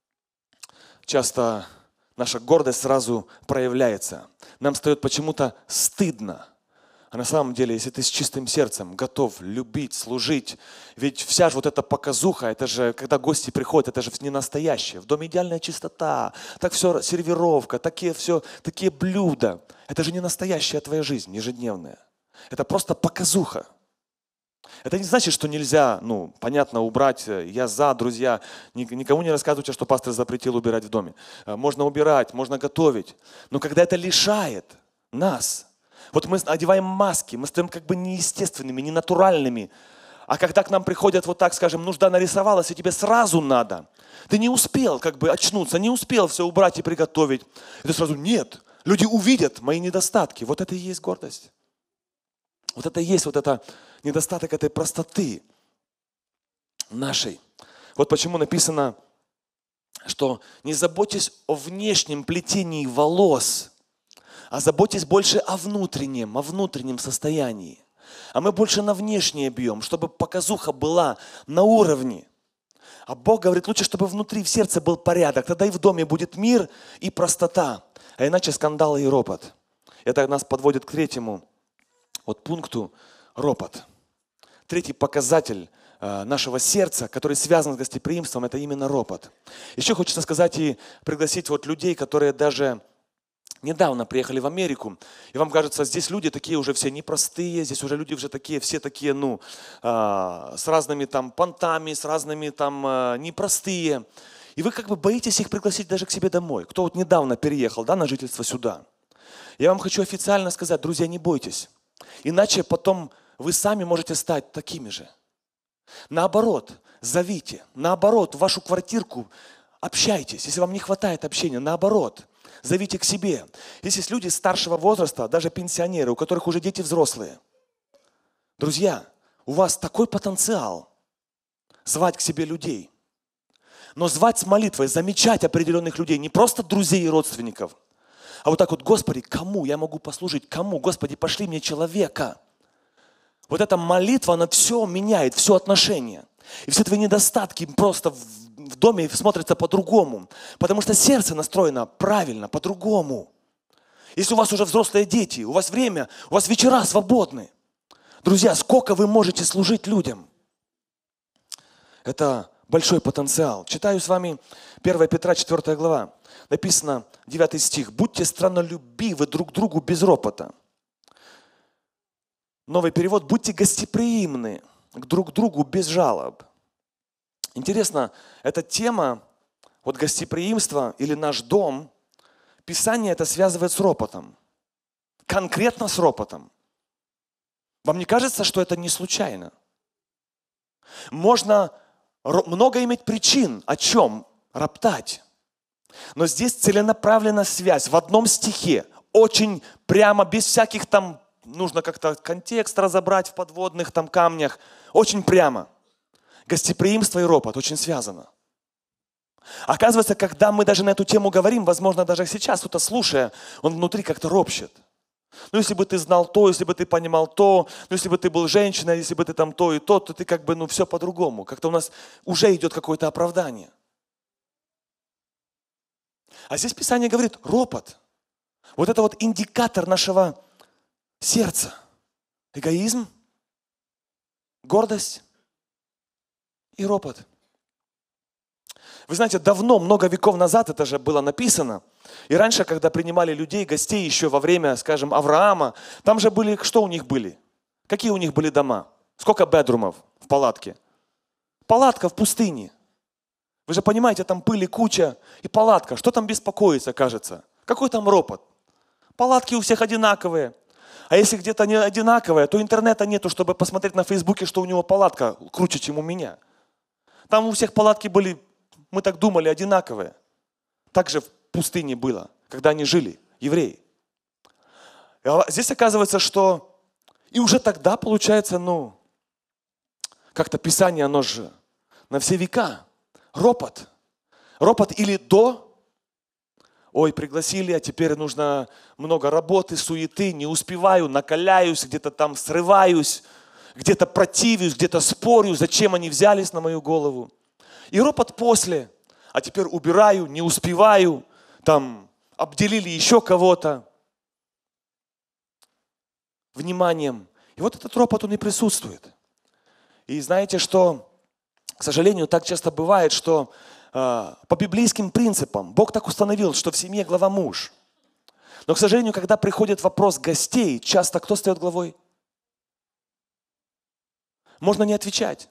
наша гордость сразу проявляется. Нам стает почему-то стыдно. А на самом деле, если ты с чистым сердцем готов любить, служить, ведь вся же вот эта показуха, это же, когда гости приходят, это же не настоящее. В доме идеальная чистота, так все, сервировка, такие блюда. Это же не настоящая твоя жизнь ежедневная. Это просто показуха. Это не значит, что нельзя, понятно, убрать. Я за, друзья. Никому не рассказывайте, что пастор запретил убирать в доме. Можно убирать, можно готовить. Но когда это лишает нас, вот мы одеваем маски, мы стаем как бы неестественными, ненатуральными. А когда к нам приходят вот так, скажем, нужда нарисовалась, и тебе сразу надо. Ты не успел как бы очнуться, не успел все убрать и приготовить. И ты сразу, нет, люди увидят мои недостатки. Вот это и есть гордость. Вот это и есть вот это недостаток этой простоты нашей. Вот почему написано, что не заботьтесь о внешнем плетении волос, а заботьтесь больше о внутреннем состоянии. А мы больше на внешнее бьем, чтобы показуха была на уровне. А Бог говорит, лучше, чтобы внутри, в сердце был порядок. Тогда и в доме будет мир и простота. А иначе скандалы и ропот. Это нас подводит к третьему пункту ропот. Третий показатель нашего сердца, который связан с гостеприимством, это именно ропот. Еще хочется сказать и пригласить вот людей, которые даже недавно приехали в Америку, и вам кажется, здесь люди такие уже все непростые, здесь уже люди уже такие, все такие, с разными там понтами, с разными там непростые. И вы как бы боитесь их пригласить даже к себе домой. Кто вот недавно переехал, да, на жительство сюда. Я вам хочу официально сказать, друзья, не бойтесь. Иначе потом вы сами можете стать такими же. Наоборот, зовите, наоборот, в вашу квартирку общайтесь. Если вам не хватает общения, наоборот, зовите к себе. Здесь есть люди старшего возраста, даже пенсионеры, у которых уже дети взрослые. Друзья, у вас такой потенциал звать к себе людей. Но звать с молитвой, замечать определенных людей, не просто друзей и родственников, а вот так вот, Господи, кому я могу послужить, кому? Господи, пошли мне человека. Вот эта молитва, она все меняет, все отношения. И все твои недостатки просто в доме смотрятся по-другому. Потому что сердце настроено правильно, по-другому. Если у вас уже взрослые дети, у вас время, у вас вечера свободны. Друзья, сколько вы можете служить людям? Это большой потенциал. Читаю с вами 1 Петра, 4 глава. Написано, 9 стих. «Будьте страннолюбивы друг другу без ропота». Новый перевод. «Будьте гостеприимны друг к другу без жалоб». Интересно, эта тема, вот гостеприимство или наш дом, Писание это связывает с ропотом. Конкретно с ропотом. Вам не кажется, что это не случайно? Можно много иметь причин, о чем роптать. Но здесь целенаправленная связь в одном стихе, очень прямо, без всяких там, нужно как-то контекст разобрать в подводных там камнях, очень прямо. Гостеприимство и ропот очень связано. Оказывается, когда мы даже на эту тему говорим, возможно, даже сейчас кто-то слушая, он внутри как-то ропщет. Ну, если бы ты знал то, если бы ты понимал то, ну, если бы ты был женщиной, если бы ты там то и то ты как бы, все по-другому. Как-то у нас уже идет какое-то оправдание. А здесь Писание говорит, ропот. Вот это вот индикатор нашего сердца. Эгоизм, гордость и ропот. Вы знаете, давно, много веков назад это же было написано. И раньше, когда принимали людей, гостей еще во время, скажем, Авраама, там же были, что у них были? Какие у них были дома? Сколько бедрумов в палатке? Палатка в пустыне. Вы же понимаете, там пыли куча и палатка. Что там беспокоиться, кажется? Какой там ропот? Палатки у всех одинаковые. А если где-то не одинаковые, то интернета нету, чтобы посмотреть на Фейсбуке, что у него палатка круче, чем у меня. Там у всех палатки были, мы так думали, одинаковые. Так же в пустыне было, когда они жили, евреи. А здесь оказывается, что и уже тогда получается, как-то Писание, оно же на все века. Ропот. Ропот или до. Ой, пригласили, а теперь нужно много работы, суеты, не успеваю, накаляюсь, где-то там срываюсь, где-то противюсь, где-то спорю, зачем они взялись на мою голову. И ропот после. А теперь убираю, не успеваю, там обделили еще кого-то вниманием. И вот этот ропот, он и присутствует. И знаете, что, к сожалению, так часто бывает, что по библейским принципам Бог так установил, что в семье глава муж. Но, к сожалению, когда приходит вопрос гостей, часто кто стает главой? Можно не отвечать.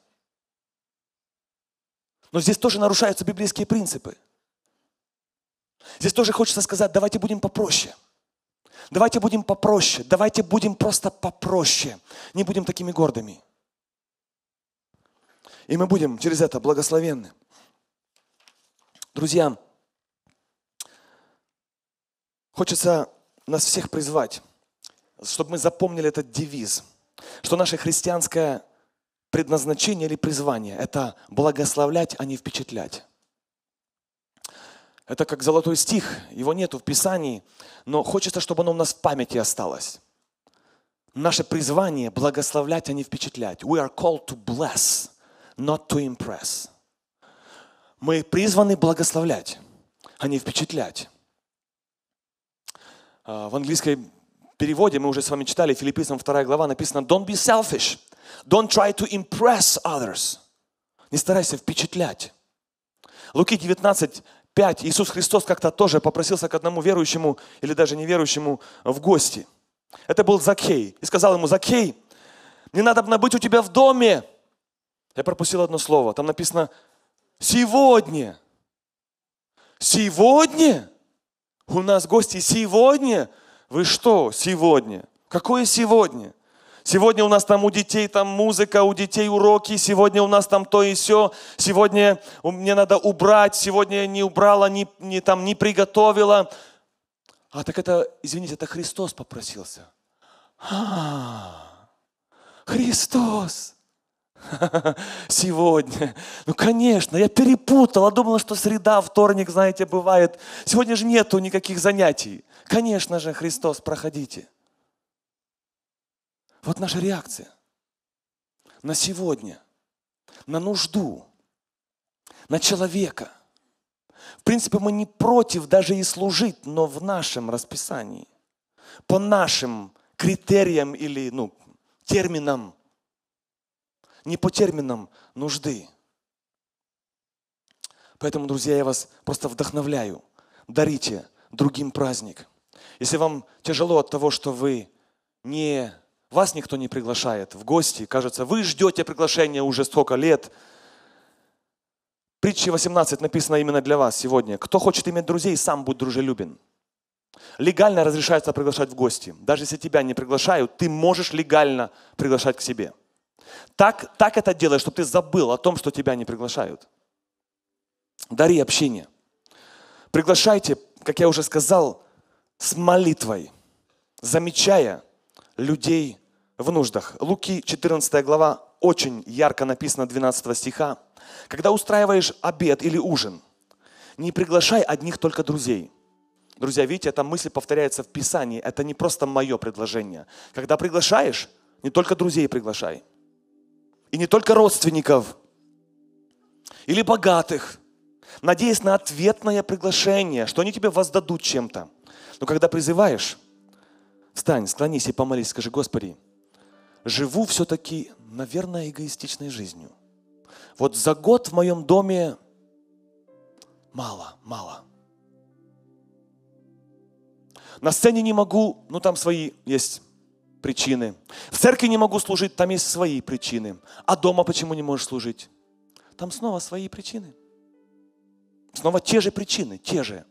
Но здесь тоже нарушаются библейские принципы. Здесь тоже хочется сказать, давайте будем попроще. Давайте будем попроще. Давайте будем просто попроще. Не будем такими гордыми. И мы будем через это благословенны. Друзья, хочется нас всех призвать, чтобы мы запомнили этот девиз, что наше христианское предназначение или призвание – это благословлять, а не впечатлять. Это как золотой стих, его нету в Писании, но хочется, чтобы оно у нас в памяти осталось. Наше призвание – благословлять, а не впечатлять. We are called to bless, not to impress. Мы призваны благословлять, а не впечатлять. В английском переводе, мы уже с вами читали, Филиппийцам 2 глава, написано «Don't be selfish, don't try to impress others». Не старайся впечатлять. Луки 19:5. Иисус Христос как-то тоже попросился к одному верующему или даже неверующему в гости. Это был Закхей. И сказал ему: Закхей, мне надо быть у тебя в доме. Я пропустил одно слово. Там написано «сегодня». Сегодня? У нас гости сегодня? Вы что, сегодня? Какое сегодня? Сегодня у нас там у детей там музыка, у детей уроки, сегодня у нас там то и сё, сегодня мне надо убрать, сегодня я не убрала, не приготовила. А так это, извините, это Христос попросился. Христос! Сегодня. Ну, конечно, я перепутала, думала, что среда, вторник, знаете, бывает. Сегодня же нету никаких занятий. Конечно же, Христос, проходите. Вот наша реакция на сегодня, на нужду, на человека. В принципе, мы не против даже и служить, но в нашем расписании, по нашим критериям или терминам, не по терминам нужды. Поэтому, друзья, я вас просто вдохновляю. Дарите другим праздник. Если вам тяжело от того, что вас никто не приглашает в гости, кажется, вы ждете приглашения уже столько лет. Притча 18 написано именно для вас сегодня. Кто хочет иметь друзей, сам будь дружелюбен. Легально разрешается приглашать в гости. Даже если тебя не приглашают, ты можешь легально приглашать к себе. Так это делай, чтобы ты забыл о том, что тебя не приглашают. Дари общение. Приглашайте, как я уже сказал, с молитвой, замечая людей в нуждах. Луки 14 глава, очень ярко написано 12 стиха. Когда устраиваешь обед или ужин, не приглашай одних только друзей. Друзья, видите, эта мысль повторяется в Писании. Это не просто мое предложение. Когда приглашаешь, не только друзей приглашай. И не только родственников. Или богатых. Надеясь на ответное приглашение, что они тебе воздадут чем-то. Но когда призываешь, встань, склонись и помолись, скажи: Господи, живу все-таки, наверное, эгоистичной жизнью. Вот за год в моем доме мало. На сцене не могу, там свои есть причины. В церкви не могу служить, там есть свои причины. А дома почему не можешь служить? Там снова свои причины. Снова те же причины, те же.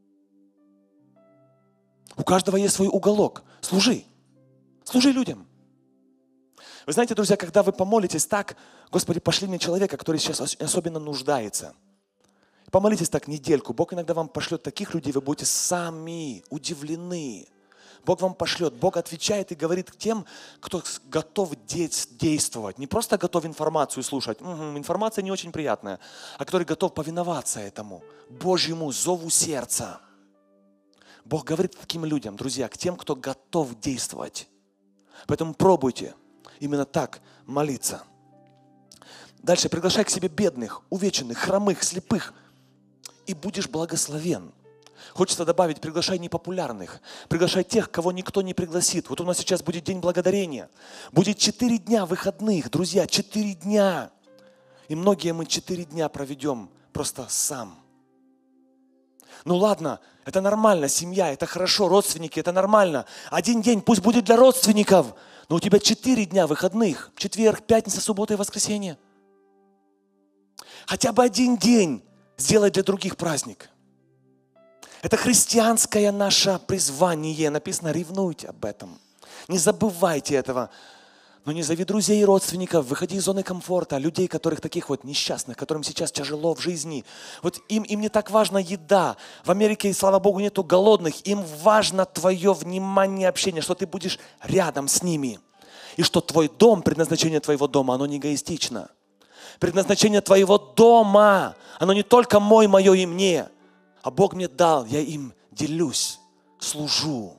У каждого есть свой уголок. Служи людям. Вы знаете, друзья, когда вы помолитесь так: Господи, пошли мне человека, который сейчас особенно нуждается. Помолитесь так недельку. Бог иногда вам пошлет таких людей, вы будете сами удивлены. Бог вам пошлет. Бог отвечает и говорит к тем, кто готов действовать. Не просто готов информацию слушать. Информация не очень приятная. А который готов повиноваться этому Божьему зову сердца. Бог говорит к таким людям, друзья, к тем, кто готов действовать. Поэтому пробуйте именно так молиться. Дальше приглашай к себе бедных, увеченных, хромых, слепых, и будешь благословен. Хочется добавить: приглашай непопулярных, приглашай тех, кого никто не пригласит. Вот у нас сейчас будет День Благодарения. Будет 4 дня выходных, друзья, 4 дня. И многие мы 4 дня проведем просто сам. Ну ладно, это нормально, семья, это хорошо, родственники, это нормально. 1 день пусть будет для родственников, но у тебя 4 дня выходных. Четверг, пятница, суббота и воскресенье. Хотя бы 1 день сделай для других праздник. Это христианское наше призвание. Написано: ревнуйте об этом. Не забывайте этого. Но не зови друзей и родственников. Выходи из зоны комфорта. Людей, которых таких вот несчастных, которым сейчас тяжело в жизни. Вот им не так важна еда. В Америке, слава Богу, нету голодных. Им важно твое внимание, общение, что ты будешь рядом с ними. И что твой дом, предназначение твоего дома, оно не эгоистично. Предназначение твоего дома, оно не только мое и мне. А Бог мне дал, я им делюсь, служу.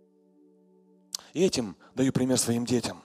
И этим даю пример своим детям.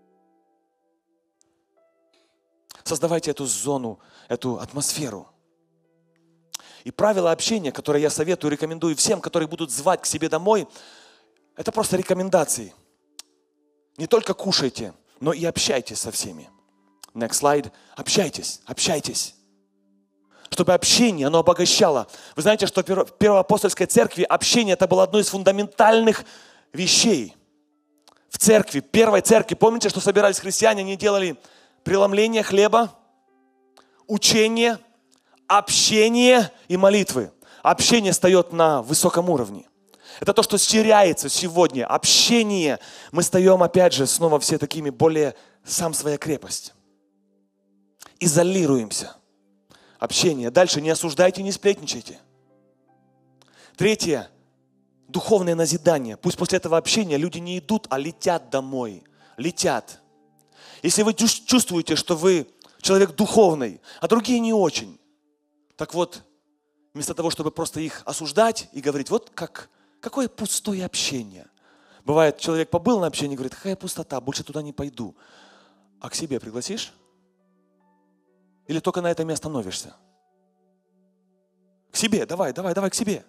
Создавайте эту зону, эту атмосферу. И правила общения, которые я советую, рекомендую всем, которые будут звать к себе домой, это просто рекомендации. Не только кушайте, но и общайтесь со всеми. Next slide. Общайтесь, общайтесь. Чтобы общение, оно обогащало. Вы знаете, что в Первой апостольской церкви общение это было одной из фундаментальных вещей. В церкви, первой церкви, помните, что собирались христиане, они делали преломление хлеба, учение, общение и молитвы. Общение встает на высоком уровне. Это то, что теряется сегодня. Общение. Мы встаем опять же снова все такими более сам своя крепость. Изолируемся. Общение. Дальше не осуждайте, не сплетничайте. Третье. Духовное назидание. Пусть после этого общения люди не идут, а летят домой. Летят. Если вы чувствуете, что вы человек духовный, а другие не очень, так вот, вместо того, чтобы просто их осуждать и говорить, вот какое пустое общение. Бывает, человек побыл на общении и говорит, какая пустота, больше туда не пойду. А к себе пригласишь? Или только на этом и остановишься? К себе, давай к себе.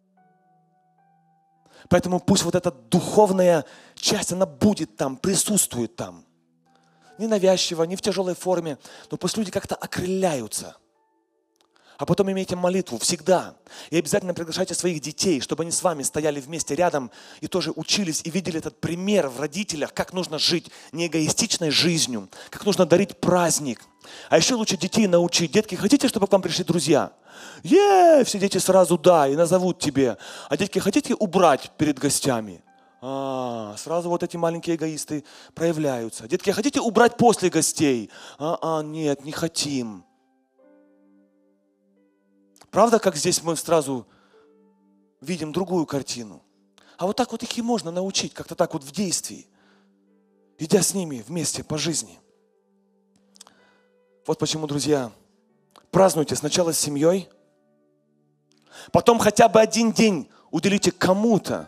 Поэтому пусть вот эта духовная часть, она будет там, присутствует там. Не навязчиво, не в тяжелой форме, но пусть люди как-то окрыляются. А потом имейте молитву всегда. И обязательно приглашайте своих детей, чтобы они с вами стояли вместе рядом и тоже учились и видели этот пример в родителях, как нужно жить не эгоистичной жизнью, как нужно дарить праздник. А еще лучше детей научить. Детки, хотите, чтобы к вам пришли друзья? Все дети сразу да, и назовут тебе. А детки, хотите убрать перед гостями? Сразу вот эти маленькие эгоисты проявляются. Детки, хотите убрать после гостей? Нет, не хотим. Правда, как здесь мы сразу видим другую картину? А вот так вот их и можно научить, как-то так вот в действии, идя с ними вместе по жизни. Вот почему, друзья, празднуйте сначала с семьей, потом хотя бы один день уделите кому-то,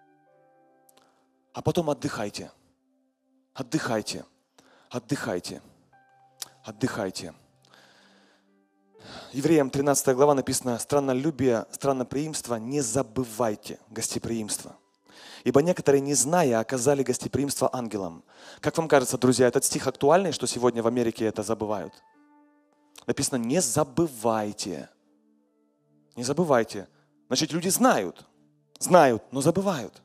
а потом отдыхайте. Отдыхайте. Отдыхайте. Отдыхайте. Евреям 13 глава написано: страннолюбие, странноприимство, не забывайте гостеприимства. Ибо некоторые, не зная, оказали гостеприимство ангелам. Как вам кажется, друзья, этот стих актуальный, что сегодня в Америке это забывают? Написано: не забывайте. Не забывайте. Значит, люди знают, но забывают.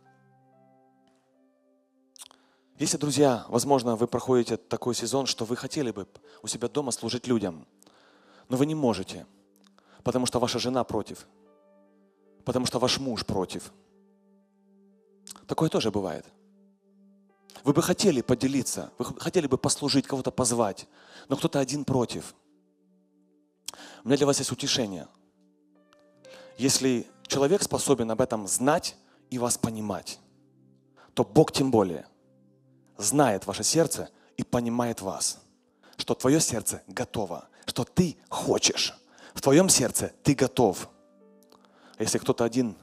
Если, друзья, возможно, вы проходите такой сезон, что вы хотели бы у себя дома служить людям, но вы не можете, потому что ваша жена против, потому что ваш муж против. Такое тоже бывает. Вы бы хотели поделиться, вы хотели бы послужить, кого-то позвать, но кто-то один против. У меня для вас есть утешение. Если человек способен об этом знать и вас понимать, то Бог тем более знает ваше сердце и понимает вас, что твое сердце готово, что ты хочешь. В твоем сердце ты готов. А если кто-то один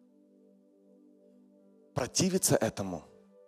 противится этому,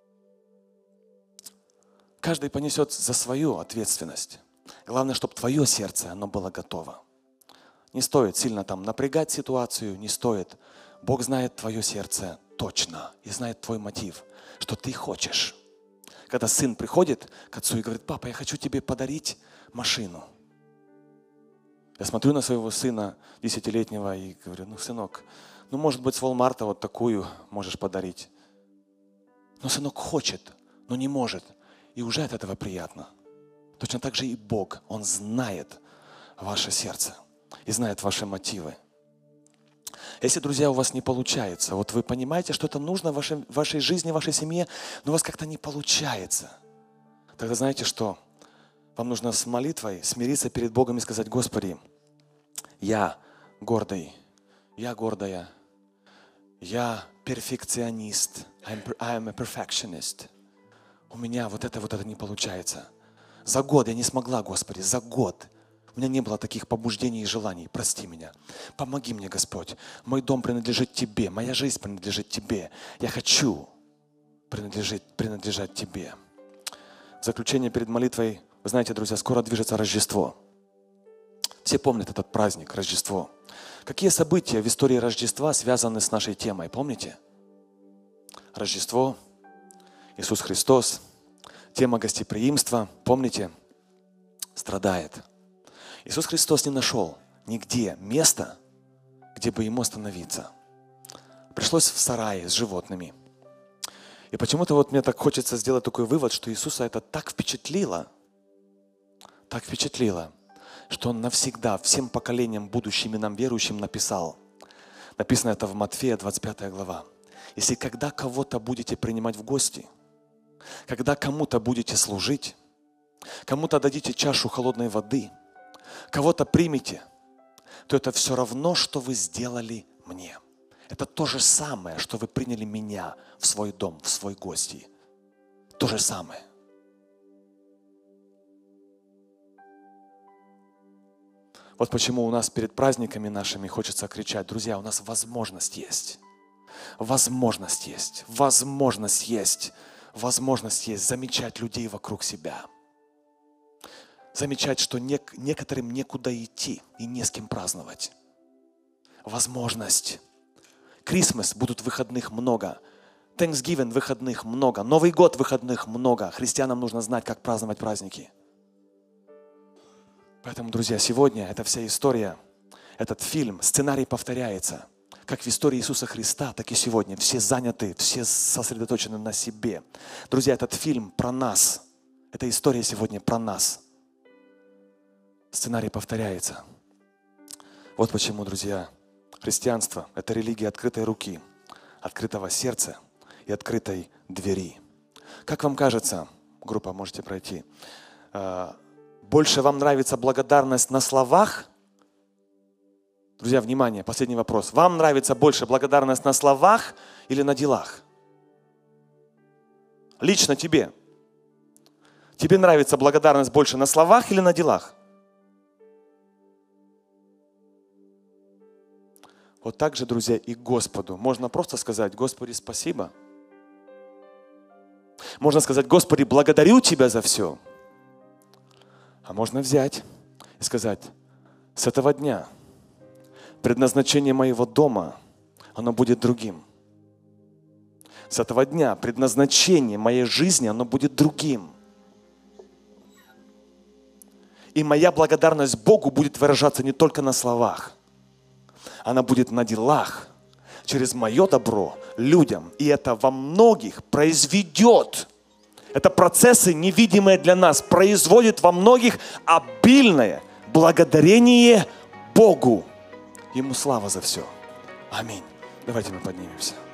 каждый понесет за свою ответственность. Главное, чтобы твое сердце, оно было готово. Не стоит сильно там напрягать ситуацию, не стоит. Бог знает твое сердце точно и знает твой мотив, что ты хочешь. Когда сын приходит к отцу и говорит: папа, я хочу тебе подарить машину. Я смотрю на своего сына 10-летнего и говорю: сынок, может быть, с Walmart вот такую можешь подарить. Но сынок хочет, но не может. И уже от этого приятно. Точно так же и Бог, Он знает ваше сердце и знает ваши мотивы. Если, друзья, у вас не получается, вот вы понимаете, что это нужно в вашей жизни, в вашей семье, но у вас как-то не получается, тогда знаете что? Вам нужно с молитвой смириться перед Богом и сказать: Господи, я гордый, я гордая, я перфекционист, I'm a perfectionist. У меня вот это не получается. За год я не смогла, Господи, за год. У меня не было таких побуждений и желаний. Прости меня. Помоги мне, Господь. Мой дом принадлежит Тебе, моя жизнь принадлежит Тебе. Я хочу принадлежать Тебе. В заключение перед молитвой, вы знаете, друзья, скоро движется Рождество. Все помнят этот праздник, Рождество. Какие события в истории Рождества связаны с нашей темой, помните? Рождество, Иисус Христос, тема гостеприимства, помните? страдает. Иисус Христос не нашел нигде места, где бы ему остановиться. Пришлось в сарае с животными. И почему-то вот мне так хочется сделать такой вывод, что Иисуса это так впечатлило, что Он навсегда всем поколениям будущим и нам верующим написал. Написано это в Матфея 25 глава. Если когда кого-то будете принимать в гости, когда кому-то будете служить, кому-то дадите чашу холодной воды, кого-то примете, то это все равно, что вы сделали мне. Это то же самое, что вы приняли меня в свой дом, в свой гости. То же самое. Вот почему у нас перед праздниками нашими хочется кричать: друзья, у нас возможность есть. Возможность есть. Возможность есть. Возможность есть замечать людей вокруг себя. Замечать, что некоторым некуда идти и не с кем праздновать. Возможность. Крисмас будут выходных много. Thanksgiving выходных много. Новый год выходных много. Христианам нужно знать, как праздновать праздники. Поэтому, друзья, сегодня эта вся история, этот фильм, сценарий повторяется. Как в истории Иисуса Христа, так и сегодня. Все заняты, все сосредоточены на себе. Друзья, этот фильм про нас. Эта история сегодня про нас. Сценарий повторяется. Вот почему, друзья, христианство – это религия открытой руки, открытого сердца и открытой двери. Как вам кажется, группа, можете пройти, больше вам нравится благодарность на словах? Друзья, внимание, последний вопрос. Вам нравится больше благодарность на словах или на делах? Лично тебе. Тебе нравится благодарность больше на словах или на делах? Вот так же, друзья, и Господу. Можно просто сказать: Господи, спасибо. Можно сказать: Господи, благодарю Тебя за все. А можно взять и сказать: с этого дня предназначение моего дома, оно будет другим. С этого дня предназначение моей жизни, оно будет другим. И моя благодарность Богу будет выражаться не только на словах. Она будет на делах, через мое добро людям. И это во многих произведет. Это процессы, невидимые для нас, производит во многих обильное благодарение Богу. Ему слава за все. Аминь. Давайте мы поднимемся.